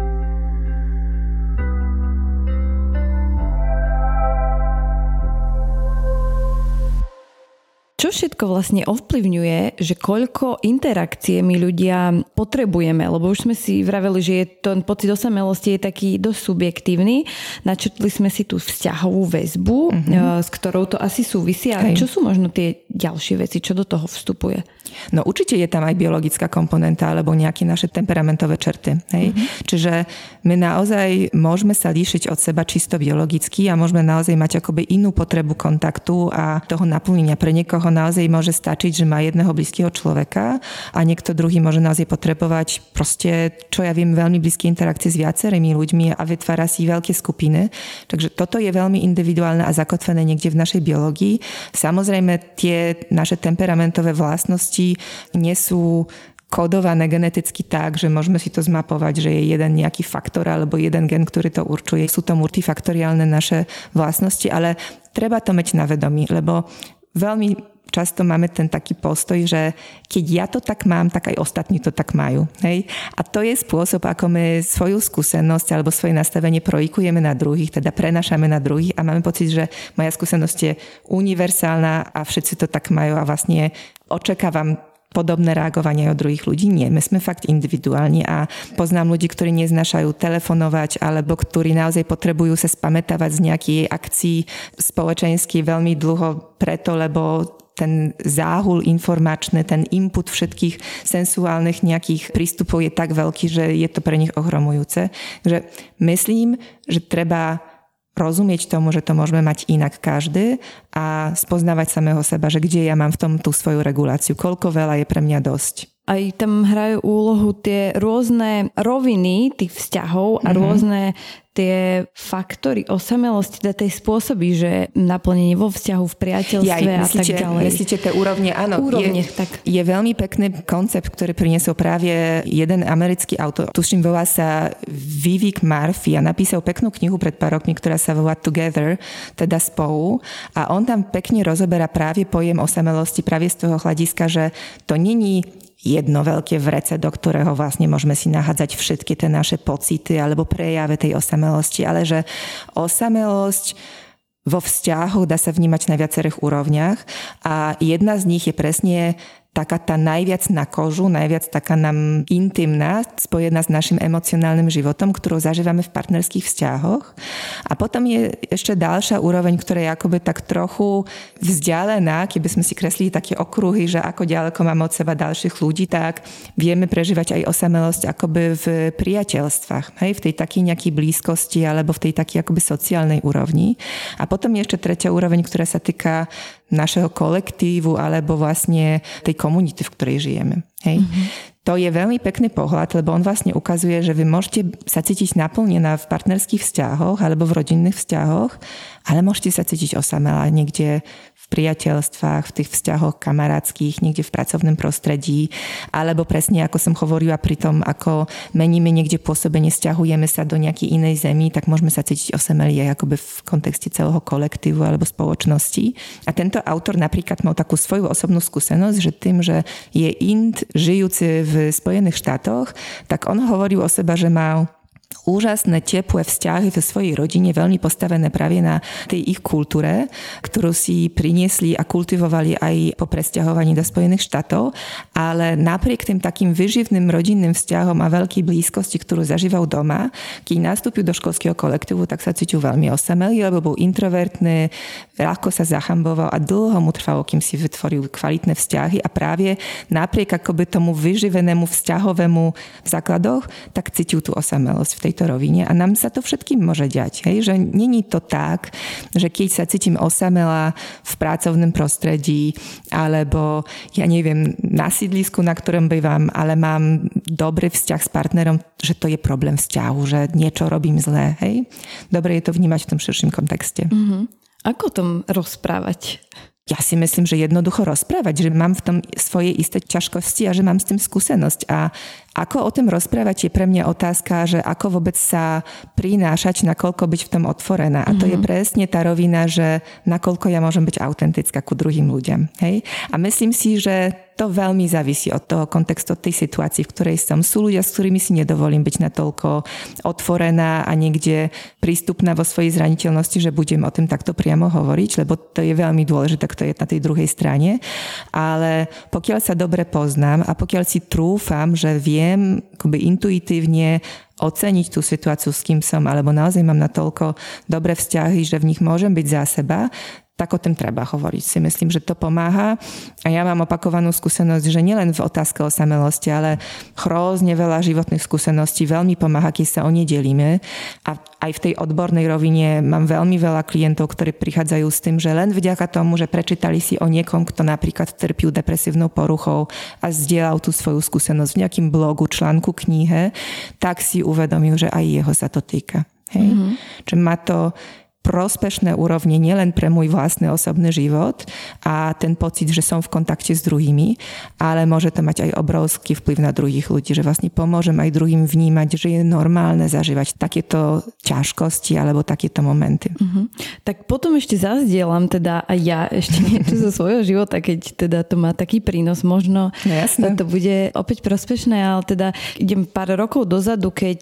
Čo všetko vlastne ovplyvňuje, že koľko interakcie my ľudia potrebujeme? Lebo už sme si vraveli, že ten pocit osamelosti je taký dosť subjektívny. Načrtli sme si tú vzťahovú väzbu, s ktorou to asi súvisí. A čo sú možno tie ďalšie veci? Čo do toho vstupuje? No určite je tam aj biologická komponenta alebo nejaké naše temperamentové črty. Hej? Čiže my naozaj môžeme sa líšiť od seba čisto biologicky a môžeme naozaj mať akoby inú potrebu kontaktu a toho naplnenia. Pre niekoho naozaj môže stačiť, že má jedného blízkeho človeka a niekto druhý môže naozaj potrebovať proste, čo ja viem, veľmi blízke interakcie s viacerými ľuďmi a vytvára si veľké skupiny. Takže toto je veľmi individuálne a zakotvené niekde v našej biológii. Samozrejme, tie naše temperamentové vlastnosti nie sú kodované geneticky tak, že môžeme si to zmapovať, že je jeden nejaký faktor alebo jeden gen, ktorý to určuje. Sú to multifaktoriálne naše vlastnosti, ale treba to mať na vedomí, lebo veľmi často máme ten taký postoj, že keď ja to tak mám, tak aj ostatní to tak majú. Hej? A to je spôsob, ako my svoju skúsenosť alebo svoje nastavenie projikujeme na druhých, teda prenášame na druhých a máme pocit, že moja skúsenosť je univerzálna a všetci to tak majú a vlastne očakávam podobné reagovanie od druhých ľudí. Nie, my sme fakt individuálni a poznám ľudí, ktorí neznášajú telefonovať alebo ktorí naozaj potrebujú sa spamätávať z nejakej akcií spoločensky veľmi dlho preto, lebo ten záhul informačný, ten input všetkých sensuálnych nejakých prístupov je tak veľký, že je to pre nich ohromujúce. Takže myslím, že treba rozumieť tomu, že to môžeme mať inak každý a spoznávať samého seba, že kde ja mám v tom tú svoju reguláciu, koľko veľa je pre mňa dosť. Aj tam hrajú úlohu tie rôzne roviny tých vzťahov a rôzne tie faktory osamelosti, tie spôsoby, že naplnenie vo vzťahu, v priateľstve a tak ďalej. Myslíte tie úrovne? Áno. Je veľmi pekný koncept, ktorý priniesol práve jeden americký autor. Tuším, volá sa Vivek Murphy a napísal peknú knihu pred pár rokmi, ktorá sa volá Together, teda spolu. A on tam pekne rozoberá práve pojem osamelosti práve z toho hľadiska, že to není jedno veľké vrece, do ktorého vlastne môžeme si nahádzať všetky tie naše pocity alebo prejavy tej osamelosti, ale že osamelosť vo vzťahu dá sa vnímať na viacerých úrovniach a jedna z nich je presne taká tá najviac na kožu, najviac taká nám intimná, spojená s našim emocionálnym životom, ktorú zažívame v partnerských vzťahoch. A potom je ešte ďalšia úroveň, ktorá je akoby tak trochu vzdialená, keby sme si kreslili také okruhy, že ako ďaleko máme od seba ďalších ľudí, tak vieme prežívať aj osamelosť akoby v priateľstvách, hej, v tej takej nejakej blízkosti alebo v tej takej akoby sociálnej úrovni. A potom je ešte tretia úroveň, ktorá sa týka našeho kolektívu alebo vlastne tej komunity, v ktorej žijeme. Hej. To je veľmi pekný pohľad, lebo on vlastne ukazuje, že vy môžete sa cítiť naplnená v partnerských vzťahoch alebo v rodinných vzťahoch, ale môžete sa cítiť osamelá niekde v priateľstvách, v tých vzťahoch kamarátskych, niekde v pracovnom prostredí, alebo presne ako som hovorila pri tom, ako meníme niekde pôsobenie, sťahujeme sa do nejakej inej zemi, tak môžeme sa cítiť osamelí aj akoby v kontexte celého kolektívu alebo spoločnosti. A tento autor napríklad mal takú svoju osobnú skúsenosť, že tým, že je Ind žijúci v Spojených štátoch, tak on hovoril o seba, že mal úžasné, teplé vzťahy vo svojej rodine, veľmi postavené práve na tej ich kultúre, ktorú si priniesli a kultivovali aj po presťahovaní do Spojených štátov, ale napriek tým takým vyživným rodinným vzťahom a veľkej blízkosti, ktorú zažíval doma, keď nastúpil do školského kolektívu, tak sa cítil veľmi osamelý, lebo bol introvertný, ľahko sa zachamboval a dlho mu trvalo, kým si vytvoril kvalitné vzťahy a práve napriek akoby tomu vyživenému vzťahovému v základoch, tak cítil tú osamelosť v tejto rovine a nám sa to všetkým môže diať. Hej? Že není to tak, že keď sa cítim osamela v pracovnom prostredí alebo ja neviem, na sídlisku, na ktorom bývam, ale mám dobrý vzťah s partnerom, že to je problém vzťahu, že niečo robím zlé. Hej? Dobre je to vnímať v tom širším kontexte. Ako o tom rozprávať? Ja si myslím, že jednoducho rozprávať, že mám v tom svoje isté ťažkosti a že mám s tým skúsenosť. A ako o tom rozprávať je pre mňa otázka, že ako vôbec sa prinášať, nakoľko byť v tom otvorená. A to je presne tá rovina, že nakoľko ja môžem byť autentická ku druhým ľuďom. Hej? A myslím si, že to veľmi závisí od toho kontextu, od tej situácii, v ktorej som. Sú ľudia, s ktorými si nedovolím byť natoľko otvorená a niekde prístupná vo svojej zraniteľnosti, že budem o tom takto priamo hovoriť, lebo to je veľmi dôležité, kto je na tej druhej strane. Ale pokiaľ sa dobre poznám a pokiaľ si trúfam, že viem akoby intuitívne oceniť tú situáciu, s kým som, alebo naozaj mám natoľko dobré vzťahy, že v nich môžem byť za seba, tak o tom treba hovoriť. Si myslím, že to pomáha. A ja mám opakovanú skúsenosť, že nielen v otázke osamelosti, ale hrozne veľa životných skúseností veľmi pomáha, keď sa o ne delíme. A aj v tej odbornej rovine mám veľmi veľa klientov, ktorí prichádzajú s tým, že len vďaka tomu, že prečítali si o niekom, kto napríklad trpí depresívnou poruchou a zdieľal tú svoju skúsenosť v nejakým blogu, článku, knihe, tak si uvedomil, že aj jeho sa to týka. Hej? Že má to prospešné úrovne nielen pre môj vlastný osobný život a ten pocit, že som v kontakte s druhými, ale môže to mať aj obrovský vplyv na druhých ľudí, že vlastne pomôžem aj druhým vnímať, že je normálne zažívať takéto ťažkosti alebo takéto momenty. Tak potom ešte zazdielam teda aj ja ešte niečo zo svojho života, keď teda to má taký prínos. Možno to bude opäť prospešné, ale teda idem pár rokov dozadu, keď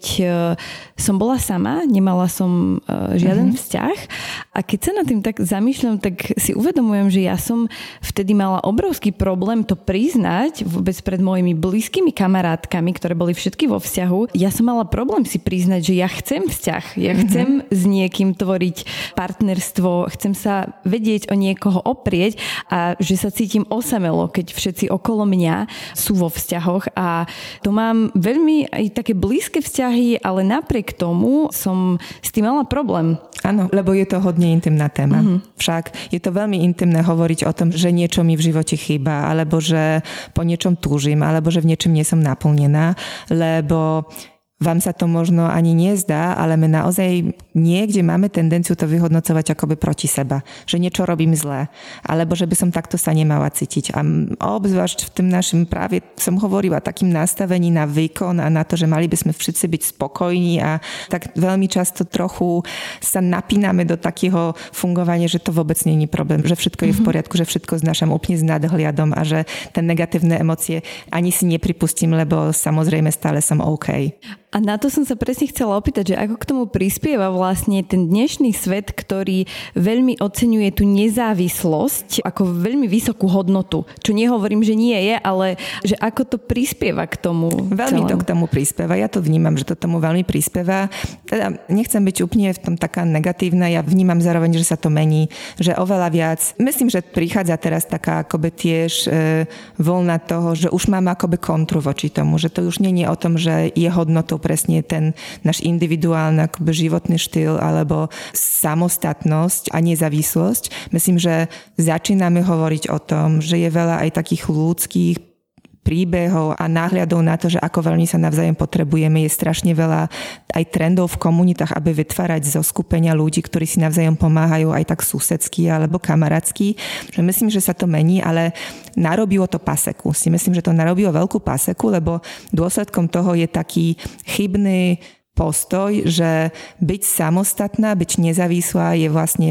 som bola sama, nemala som žiaden vzťah. A keď sa nad tým tak zamýšľam, tak si uvedomujem, že ja som vtedy mala obrovský problém to priznať vôbec pred mojimi blízkymi kamarátkami, ktoré boli všetky vo vzťahu. Ja som mala problém si priznať, že ja chcem vzťah. Ja chcem s niekým tvoriť partnerstvo, chcem sa vedieť o niekoho oprieť a že sa cítim osamelo, keď všetci okolo mňa sú vo vzťahoch a to mám veľmi aj také blízke vzťahy, ale napriek tomu som s tým mala problém. Áno, lebo je to hodne intimná téma. Však je to veľmi intimné hovoriť o tom, že niečo mi v živote chýba, alebo že po niečom túžim, alebo že v niečom nie som naplnená, lebo vám sa to možno ani nezdá, ale my naozaj niekde máme tendenciu to vyhodnocovať akoby proti seba. Že niečo robím zlé. Alebo že by som takto sa nemala cítiť. A obzvlášť v tým našim práve som hovorila takým nastavení na výkon a na to, že mali by sme všetci byť spokojní a tak veľmi často trochu sa napíname do takého fungovania, že to vôbec nie je problém. Že všetko je v poriadku, že všetko znášam úplne s nadhliadom a že ten negatívne emócie ani si nepripustím, lebo samozrejme stále som OK. A na to som sa presne chcela opýtať, že ako k tomu prispieva vlastne ten dnešný svet, ktorý veľmi oceňuje tú nezávislosť ako veľmi vysokú hodnotu. Čo nehovorím, že nie je, ale že ako to prispieva k tomu. Veľmi to k tomu prispieva. Ja to vnímam, že to tomu veľmi prispieva. Teda nechcem byť úplne v tom taká negatívna. Ja vnímam zároveň, že sa to mení, že oveľa viac. Myslím, že prichádza teraz taká akoby tiež voľna toho, že už mám akoby kontru voči tomu, že to už nie je o tom, že je hodnotou presne ten náš individuálny akoby životný štýl alebo samostatnosť a nezávislosť. Myslím, že začíname hovoriť o tom, že je veľa aj takých ľudských príbehov a náhľadov na to, že ako veľmi sa navzájom potrebujeme. Je strašne veľa aj trendov v komunitách, aby vytvárať zo skupenia ľudí, ktorí si navzájom pomáhajú aj tak susedsky alebo kamarátsky. Že myslím, že sa to mení, ale narobilo to paseku. Si myslím, že to narobilo veľkú paseku, lebo dôsledkom toho je taký chybný postoj, že byť samostatná, byť nezávislá je vlastne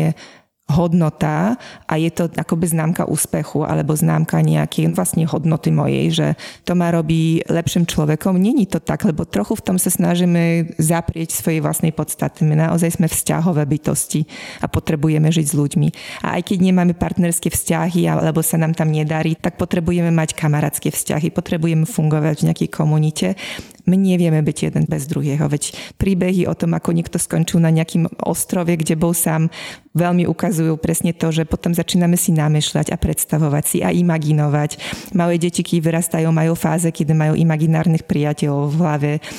hodnota a je to akoby známka úspechu alebo známka nejakej vlastne hodnoty mojej, že to ma robí lepším človekom. Není to tak, lebo trochu v tom sa snažíme zaprieť svojej vlastnej podstaty. My naozaj sme vzťahové bytosti a potrebujeme žiť s ľuďmi. A aj keď nemáme partnerské vzťahy alebo sa nám tam nedarí, tak potrebujeme mať kamarátske vzťahy, potrebujeme fungovať v nejakej komunite. My nevieme byť jeden bez druhého, veď príbehy o tom, ako niekto skončil na nejakým ostrove, kde bol sám, veľmi ukazujú presne to, že potom začíname si namýšľať a predstavovať si a imaginovať. Malé deti, keď vyrastajú, majú fáze, kedy majú imaginárnych priateľov v hlave.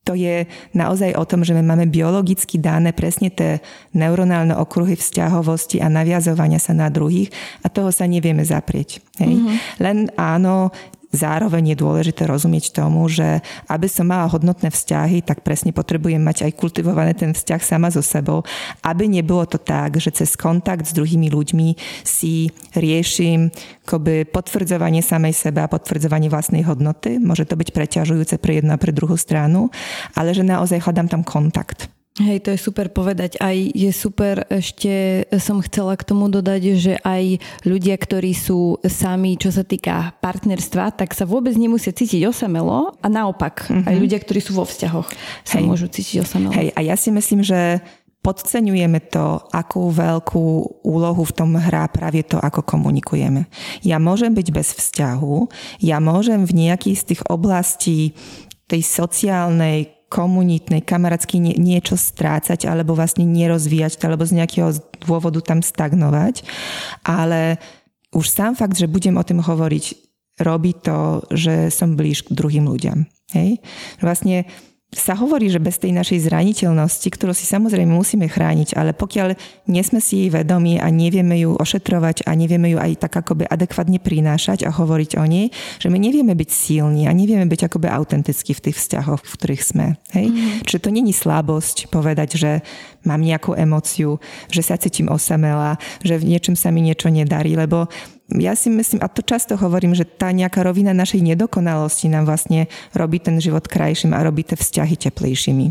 to je naozaj o tom, že my máme biologicky dané presne tie neuronálne okruhy vzťahovosti a naviazovania sa na druhých a toho sa nevieme zaprieť. Hej? Len áno, zároveň je dôležité rozumieť tomu, že aby som mala hodnotné vzťahy, tak presne potrebujem mať aj kultivované ten vzťah sama so sebou, aby nebolo to tak, že cez kontakt s druhými ľuďmi si riešim akoby potvrdzovanie samej seba, potvrdzovanie vlastnej hodnoty. Môže to byť preťažujúce pre jednu a pre druhú stranu, ale že naozaj hľadám tam kontakt. Hej, to je super povedať. Aj je super, ešte som chcela k tomu dodať, že aj ľudia, ktorí sú sami, čo sa týka partnerstva, tak sa vôbec nemusia cítiť osamelo a naopak, aj ľudia, ktorí sú vo vzťahoch, sa môžu cítiť osamelo. Hej, a ja si myslím, že podceňujeme to, akú veľkú úlohu v tom hrá práve to, ako komunikujeme. Ja môžem byť bez vzťahu, ja môžem v nejakých z tých oblastí tej sociálnej, komunitnej, kamarátsky niečo strácať alebo vlastne nerozvíjať alebo z nejakého dôvodu tam stagnovať. Ale už sám fakt, že budem o tom hovoriť, robí to, že som blíž k druhým ľuďom. Hej? Vlastne sa hovorí, že bez tej našej zraniteľnosti, ktorú si samozrejme musíme chrániť, ale pokiaľ nie sme si jej vedomí a nevieme ju ošetrovať a nevieme ju aj tak akoby adekvátne prinášať a hovoriť o nej, že my nevieme byť silní a nevieme byť akoby autentickí v tých vzťahoch, v ktorých sme. Hej? Čiže to není slabosť povedať, že mám nejakú emóciu, že sa cítim osamela, že v niečom sa mi niečo nedarí, lebo ja si myslím, a to často hovorím, že tá nejaká rovina našej nedokonalosti nám vlastne robí ten život krajším a robí tie vzťahy teplejšími.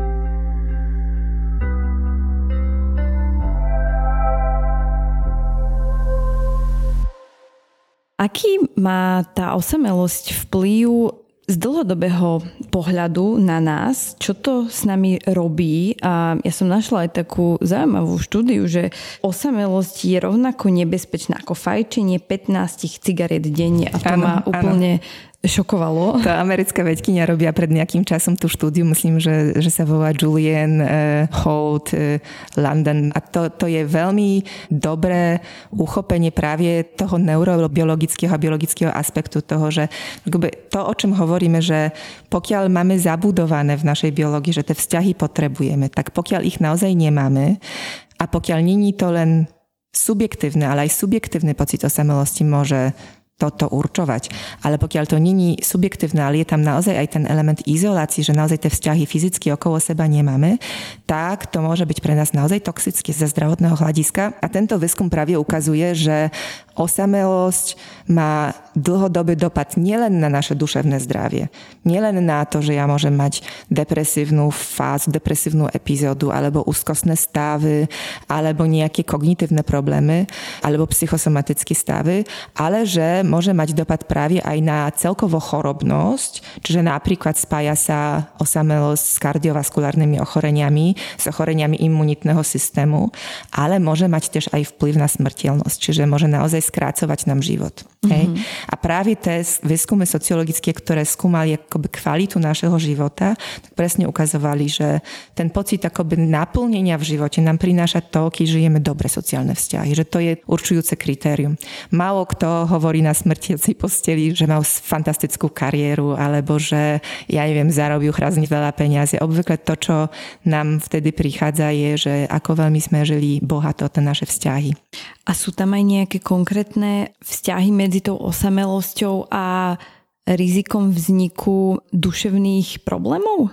Aký má tá osamelosť vplyv z dlhodobého pohľadu na nás, čo to s nami robí? A ja som našla aj takú zaujímavú štúdiu, že osamelosť je rovnako nebezpečná ako fajčenie 15 cigariet denne. A to ma úplne šokovalo. To americká vedkyňa robia pred nejakým časom tú štúdiu, myslím, že sa volá Julian Holt London. A to je veľmi dobré uchopenie práve toho neurobiologického a biologického aspektu toho, že to, o čom hovoríme, že pokiaľ máme zabudované v našej biológii, že tie vzťahy potrebujeme, tak pokiaľ ich naozaj nemáme a pokiaľ není to len subjektívne, ale aj subjektívny pocit osamelosti môže toto určovať. Ale pokiaľ to není subjektívne, ale je tam naozaj aj ten element izolácie, že naozaj tie vzťahy fyzicky okolo seba nemáme, tak to môže byť pre nás naozaj toxické ze zdravotného hľadiska. A tento výskum práve ukazuje, že osamelosť má dlhodobý dopad nielen na naše duševné zdravie, nielen na to, že ja môžem mať depresívnu fázu, depresívnu epizódu, alebo úzkostné stavy, alebo nejaké kognitívne problémy, alebo psychosomatické stavy, ale že môže mať dopad práve aj na celkovo chorobnosť, čiže napríklad spája sa osamelosť s kardiovaskulárnymi ochoreniami, s ochoreniami imunitného systému, ale môže mať tiež aj vplyv na smrteľnosť, čiže môže naozaj skrácovať nám život. Hej? A práve tie výskumy sociologické, ktoré skúmali akoby kvalitu našeho života, tak presne ukazovali, že ten pocit akoby naplnenia v živote nám prináša to, keď žijeme dobre sociálne vzťahy, že to je určujúce kritérium. Málo kto hovorí na smrtiacej posteli, že mal fantastickú kariéru, alebo že, ja neviem, zarobí hrozne veľa peniazy. Obvykle to, čo nám vtedy prichádza, je, že ako veľmi sme žili bohato tie naše vzťahy. A sú tam aj nejaké konkrétne vzťahy medzi tou osamelosťou a rizikom vzniku duševných problémov?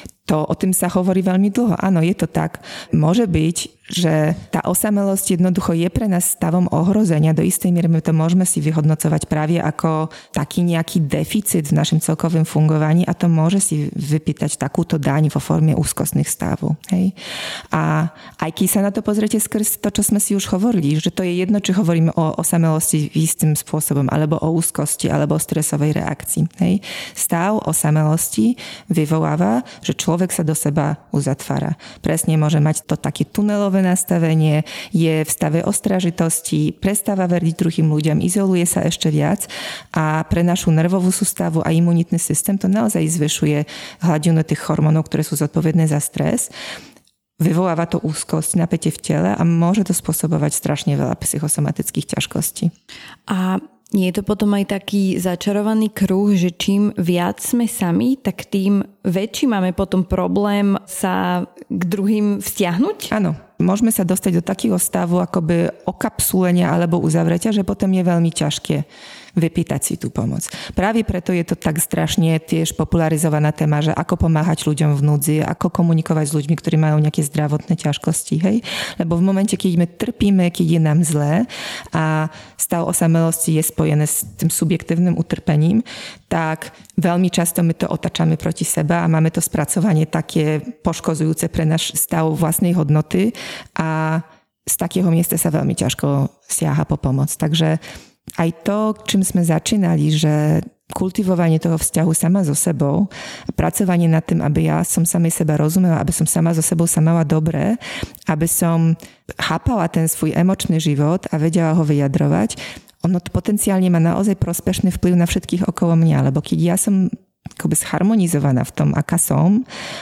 O tým sa hovorí veľmi dlho. Áno, je to tak. Môže byť, že tá osamelosť jednoducho je pre nás stavom ohrozenia. Do istej miery my to môžeme si vyhodnocovať práve ako taký nejaký deficit v našom celkovom fungovaní a to môže si vypýtať takúto daň vo forme úzkostných stavov. Hej? A aj keď sa na to pozriete skrz to, čo sme si už hovorili, že to je jedno, či hovoríme o osamelosti istým spôsobom, alebo o úzkosti, alebo o stresovej reakcii. Hej? Stav osamelosti vyvoláva, že človek sa do seba uzatvára. Presne môže mať to také tunelové nastavenie, je v stave ostražitosti, prestáva veriť druhým ľuďom, izoluje sa ešte viac a pre našu nervovú sústavu a imunitný systém to naozaj zvyšuje hladinu tých hormónov, ktoré sú zodpovedné za stres. Vyvoláva to úzkosť, napätie v tele a môže to spôsobovať strašne veľa psychosomatických ťažkostí. A Nie je to potom aj taký začarovaný kruh, že čím viac sme sami, tak tým väčší máme potom problém sa k druhým vzťahnuť? Áno. Môžeme sa dostať do takého stavu akoby okapsulenia alebo uzavretia, že potom je veľmi ťažké vypýtať si tú pomoc. Práve preto je to tak strašne tiež popularizovaná téma, že ako pomáhať ľuďom v núdzi, ako komunikovať s ľuďmi, ktorí majú nejaké zdravotné ťažkosti, hej? Lebo v momente, keď my trpíme, keď je nám zlé a stav osamelosti je spojené s tým subjektívnym utrpením, tak veľmi často my to otačame proti seba a máme to spracovanie také poškozujúce pre náš stav vlastnej hodnoty a z takého miesta sa veľmi ťažko siaha po pomoc. Takže aj to, čím sme začínali, že kultivovanie toho vzťahu sama so sebou, pracovanie nad tým, aby ja som samej seba rozumela, aby som sama so sebou sa mala dobre, aby som chápala ten svoj emočný život a vedela ho vyjadrovať, ono to potenciálne má naozaj prospešný vplyv na všetkých okolo mňa, lebo keď ja som akoby zharmonizovaná v tom, aká som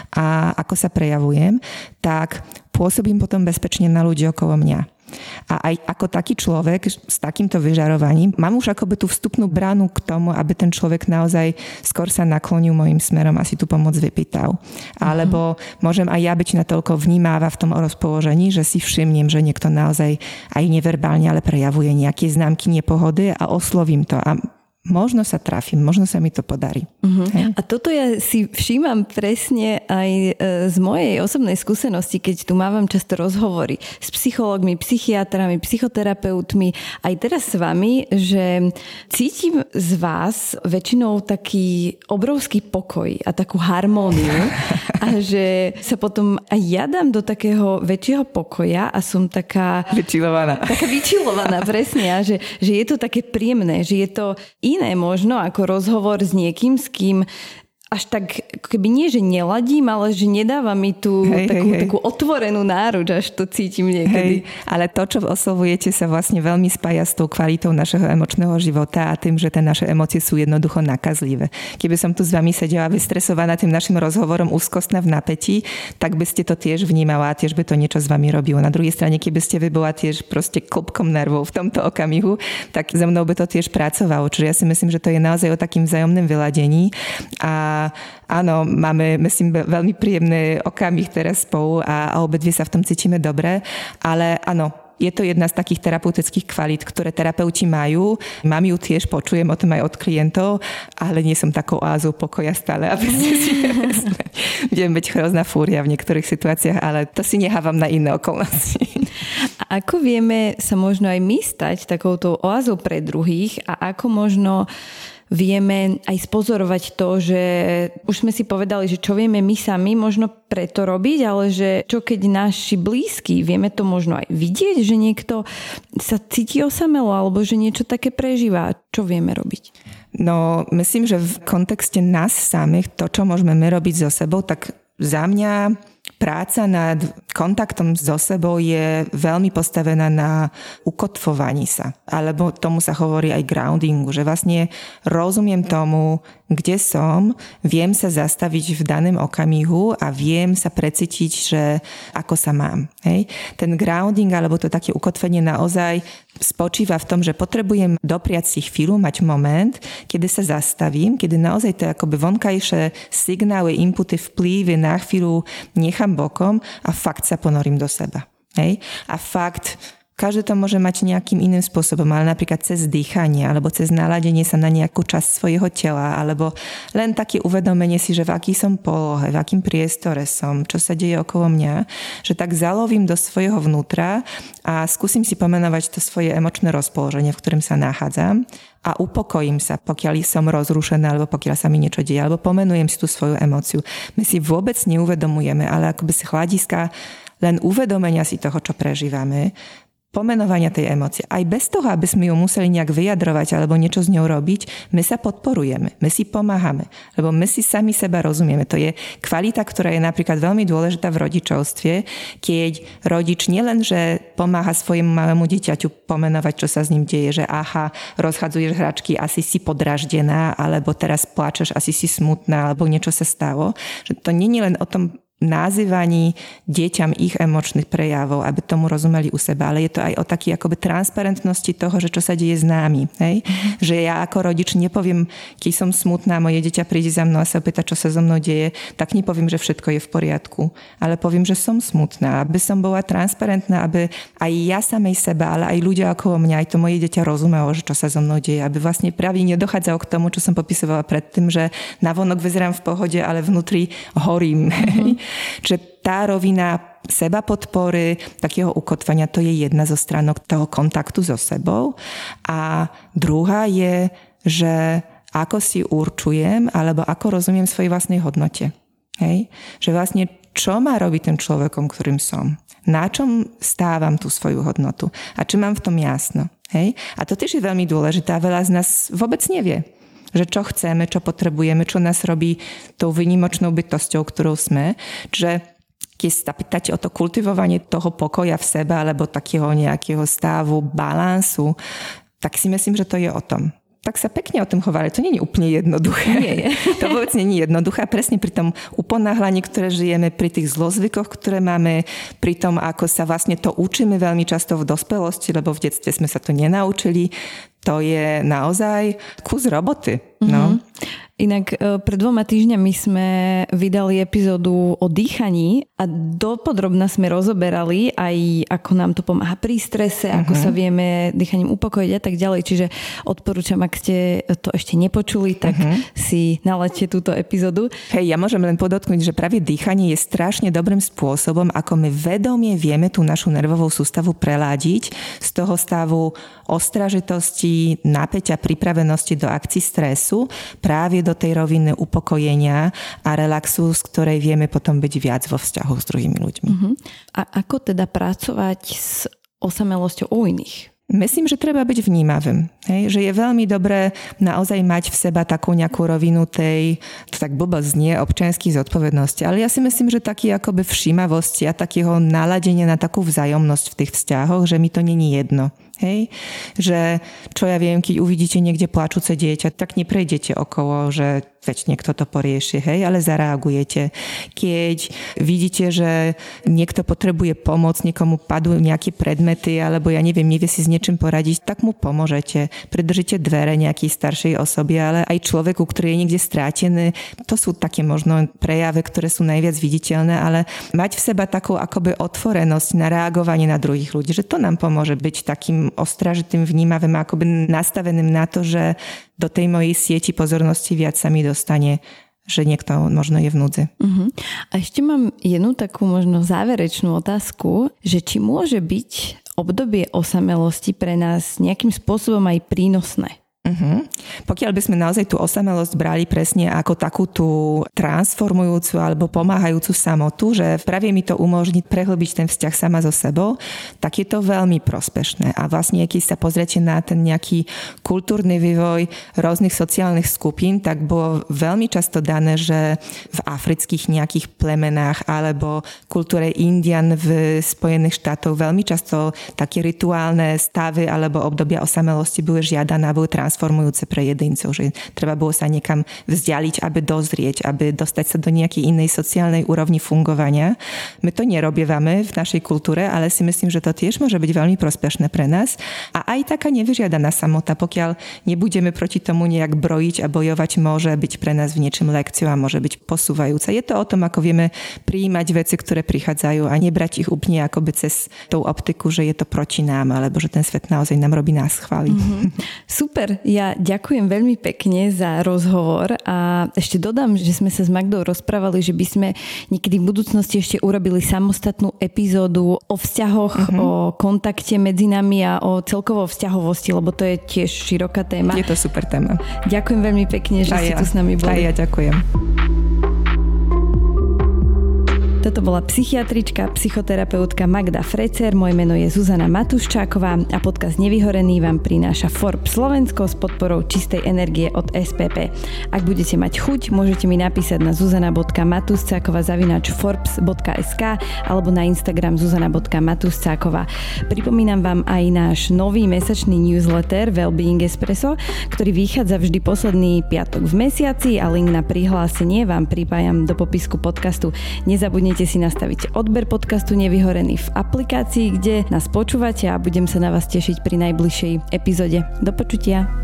a ako sa prejavujem, tak pôsobím potom bezpečne na ľudí okolo mňa. A aj ako taký človek s takýmto vyžarovaním mám už akoby tú vstupnú bránu k tomu, aby ten človek naozaj skôr sa naklonil mojim smerom a si tú pomoc vypýtal. Alebo môžem aj ja byť natoľko vnímáva v tom rozpoložení, že si všimnem, že niekto naozaj aj neverbálne, ale prejavuje nejaké známky nepohody a oslovím to. A možno sa trafím, možno sa mi to podarí. A toto ja si všímam presne aj z mojej osobnej skúsenosti, keď tu mávam často rozhovory s psychológmi, psychiatrami, psychoterapeutmi, aj teraz s vami, že cítim z vás väčšinou taký obrovský pokoj a takú harmóniu a že sa potom aj ja dám do takého väčšieho pokoja a som taká vyčilovaná, presne, a že je to také príjemné, že je to iné možno ako rozhovor s niekým, s kým až tak, keby nie, že neladím, ale že nedáva mi tú takú otvorenú náruč, až to cítim niekedy. Ale to, čo oslovujete, sa vlastne veľmi spája s tou kvalitou našeho emočného života a tým, že tie naše emócie sú jednoducho nakazlivé. Keby som tu s vami sedela vystresovaná tým našim rozhovorom, úzkostná v napätí, tak by ste to tiež vnímala a tiež by to niečo s vami robilo. Na druhej strane, keby ste vy bola tiež proste klopkom nervov v tomto okamihu, tak so mnou by to tiež pracovalo. Čiže ja si myslím, že to je naozaj o takým vzájomném vyladení a áno, máme, myslím, veľmi príjemný okamih teraz spolu a obidve sa v tom cítime dobre, ale áno, je to jedna z takých terapeutických kvalít, ktoré terapeuti majú. Mám ju tiež, počujem o tom aj od klientov, ale nie som takou oázou pokoja stále, aby ste si nevzmeli. Viem byť hrozná fúria v niektorých situáciách, ale to si nehávam na iné okolnosti. A ako vieme sa možno aj my stať takouto oázou pre druhých a ako možno vieme aj spozorovať to, že už sme si povedali, že čo vieme my sami možno preto robiť, ale že čo keď naši blízky, vieme to možno aj vidieť, že niekto sa cíti osamelo alebo že niečo také prežíva. Čo vieme robiť? No, myslím, že v kontexte nás samých, to, čo môžeme my robiť so sebou, tak za mňa práca nad kontaktom so sebou je veľmi postavená na ukotvovaní sa. Alebo tomu sa hovorí aj groundingu, že vlastne rozumiem tomu, kde som, viem sa zastaviť v danom okamihu a viem sa precítiť, že ako sa mám. Hej? Ten grounding alebo to také ukotvenie naozaj spočíva v tom, že potrebujem dopriať si chvíľu, mať moment, kedy sa zastavím, kedy naozaj to akoby vonkajšie signály, inputy, vplyvy na chvíľu nechám bokom a fakt sa ponorím do seba. Hej? A fakt každý to môže mať nejakým iným spôsobom, ale napríklad cez dýchanie, alebo cez naladenie sa na nejakú časť svojho tela, alebo len také uvedomenie si, že v aký som polohe, v akým priestore som, čo sa deje okolo mňa, že tak zalovím do svojho vnútra a skúsim si pomenovať to svoje emočné rozpoloženie, v ktorom sa nachádzam a upokojím sa, pokiaľ som rozrušená, alebo pokiaľ sa mi niečo deje, alebo pomenujem si tú svoju emóciu. My si vôbec neuvedomujeme, ale akoby z hľadiska len uvedomenia si toho, čo prežívame, pomenovania tej emócie. Aj bez toho, aby sme ju museli nejak vyjadrovať alebo niečo s ňou robiť, my sa podporujeme, my si pomáhame, lebo my si sami seba rozumieme. To je kvalita, ktorá je napríklad veľmi dôležitá v rodičovstve, keď rodič nielen, že pomáha svojmu malému dieťaťu pomenovať, čo sa s ním deje, že aha, rozchadzuješ hračky, asi si podraždená, alebo teraz pláčeš, asi si smutná, alebo niečo sa stalo. Že to nie je len o tom nazývaní deťam ich emočných prejavov, aby tomu rozumeli u seba, ale je to aj o takej akoby transparentnosti toho, že čo sa deje s nami. Hej? Že ja ako rodič nepoviem, keď som smutná, moje dieťa príde za mnou a sa opýta, čo sa so mnou deje, tak nepoviem, že všetko je v poriadku, ale poviem, že som smutná, aby som bola transparentná, aby aj ja samej seba, ale aj ľudia okolo mňa, aj to moje dieťa rozumelo, že čo sa so mnou deje, aby vlastne práve nedochádzalo k tomu, čo som popisovala predtým, že navonok vyzerám v pohode, ale vnútri horím. Čiže tá rovina seba podpory, takého ukotvania, to je jedna zo stránok toho kontaktu so sebou. A druhá je, že ako si určujem, alebo ako rozumiem svojej vlastnej hodnote. Hej? Že vlastne, čo má robiť ten človekom, ktorým som? Na čom stávam tú svoju hodnotu? A či mám v tom jasno? Hej? A to tiež je veľmi dôležité. Veľa z nás vôbec nevie, že čo chceme, čo potrebujeme, čo nás robí tou výnimočnou bytosťou, ktorou sme. Čiže keď sa pýtate o to kultivovanie toho pokoja v sebe alebo takého nejakého stavu, balansu, tak si myslím, že to je o tom. Tak sa pekne o tom hovorí. To nie je úplne jednoduché. Nie je. To vôbec nie je jednoduché. Presne pri tom uponáhlaní, ktoré žijeme, pri tých zlozvykoch, ktoré máme, pri tom, ako sa vlastne to učíme veľmi často v dospelosti, lebo v detstve sme sa to nenaučili, to je naozaj kus roboty. No. Inak pred 2 týždňami sme vydali epizódu o dýchaní a dopodrobna sme rozoberali aj ako nám to pomáha pri strese, ako sa vieme dýchaním upokojiť a tak ďalej. Čiže odporúčam, ak ste to ešte nepočuli, tak si naladte túto epizódu. Hej, ja môžem len podotknúť, že práve dýchanie je strašne dobrým spôsobom, ako my vedomie vieme tú našu nervovú sústavu preládiť z toho stavu ostražitosti, napäťa, pripravenosti do akcií stresu práve do tej roviny upokojenia a relaxu, z ktorej vieme potom byť viac vo vzťahu s druhými ľuďmi. A ako teda pracovať s osamelosťou u iných? Myslím, že treba byť vnímavým. Hej? Že je veľmi dobré naozaj mať v seba takú nejakú rovinu tej, to tak blbo znie, občianskej zodpovednosti. Ale ja si myslím, že taký akoby všímavosti a takého naladenia na takú vzájomnosť v tých vzťahoch, že mi to není jedno. Hej? Že čo ja viem, keď uvidíte niekde plačúce dieťa, tak neprejdete okolo, že veď niekto to porieši, hej, ale zareagujete. Keď vidíte, že niekto potrebuje pomoc, niekomu padú nejaké predmety, alebo ja neviem, nevie si s niečím poradiť, tak mu pomôžete. Pridržite dvere nejakej staršej osoby, ale aj človeku, ktorý je niekde strátený. To sú také možno prejavy, ktoré sú najviac viditeľné, ale mať v seba takú akoby otvorenosť na reagovanie na druhých ľudí, že to nám pomôže byť takým ostražitým, vnímavým, akoby nastaveným na to, že do tej mojej sieti pozornosti viac sa mi dostane, že niekto možno je v núdzi. A ešte mám jednu takú možno záverečnú otázku, že či môže byť obdobie osamelosti pre nás nejakým spôsobom aj prínosné? Pokiaľ by sme naozaj tú osamelosť brali presne ako takú tú transformujúcu alebo pomáhajúcu samotu, že práve mi to umožní prehlbiť ten vzťah sama so sebou, tak je to veľmi prospešné. A vlastne, keď sa pozriete na ten nejaký kultúrny vývoj rôznych sociálnych skupín, tak bolo veľmi často dané, že v afrických nejakých plemenách alebo kultúre Indian v Spojených štátoch veľmi často také rituálne stavy alebo obdobia osamelosti boli žiadané a boli transformujúce pre jedincov, že treba bolo sa niekam vzdialiť, aby dozrieť, aby dostať sa do nejakej inej sociálnej úrovni fungovania. My to nerobievame v našej kultúre, ale si myslím, že to tiež môže byť veľmi prospešné pre nás. A aj taká nevyžiadaná samota, pokiaľ nebudeme proti tomu nejak brojiť a bojovať, môže byť pre nás v niečom lekciou a môže byť posúvajúca. Je to o tom, ako vieme prijímať veci, ktoré prichádzajú a nebrať ich úplne akoby cez tú optiku, že je to proti nám, alebo že ten svet naozaj nám robí nás chváli. Super. Ja ďakujem veľmi pekne za rozhovor a ešte dodám, že sme sa s Magdou rozprávali, že by sme niekedy v budúcnosti ešte urobili samostatnú epizódu o vzťahoch, o kontakte medzi nami a o celkovo vzťahovosti, lebo to je tiež široká téma. Je to super téma. Ďakujem veľmi pekne, že ste tu s nami boli. A ja ďakujem. Toto bola psychiatrička, psychoterapeutka Magda Frecer, moje meno je Zuzana Matuščáková a podcast Nevyhorený vám prináša Forbes Slovensko s podporou čistej energie od SPP. Ak budete mať chuť, môžete mi napísať na zuzana.matuscákova@forbes.sk alebo na Instagram zuzana.matuscákova. Pripomínam vám aj náš nový mesačný newsletter Wellbeing Espresso, ktorý vychádza vždy posledný piatok v mesiaci a link na prihlásenie vám pripájam do popisku podcastu. Nezabudnite Nezabudnite si nastaviť odber podcastu Nevyhorený v aplikácii, kde nás počúvate a budem sa na vás tešiť pri najbližšej epizóde. Do počutia.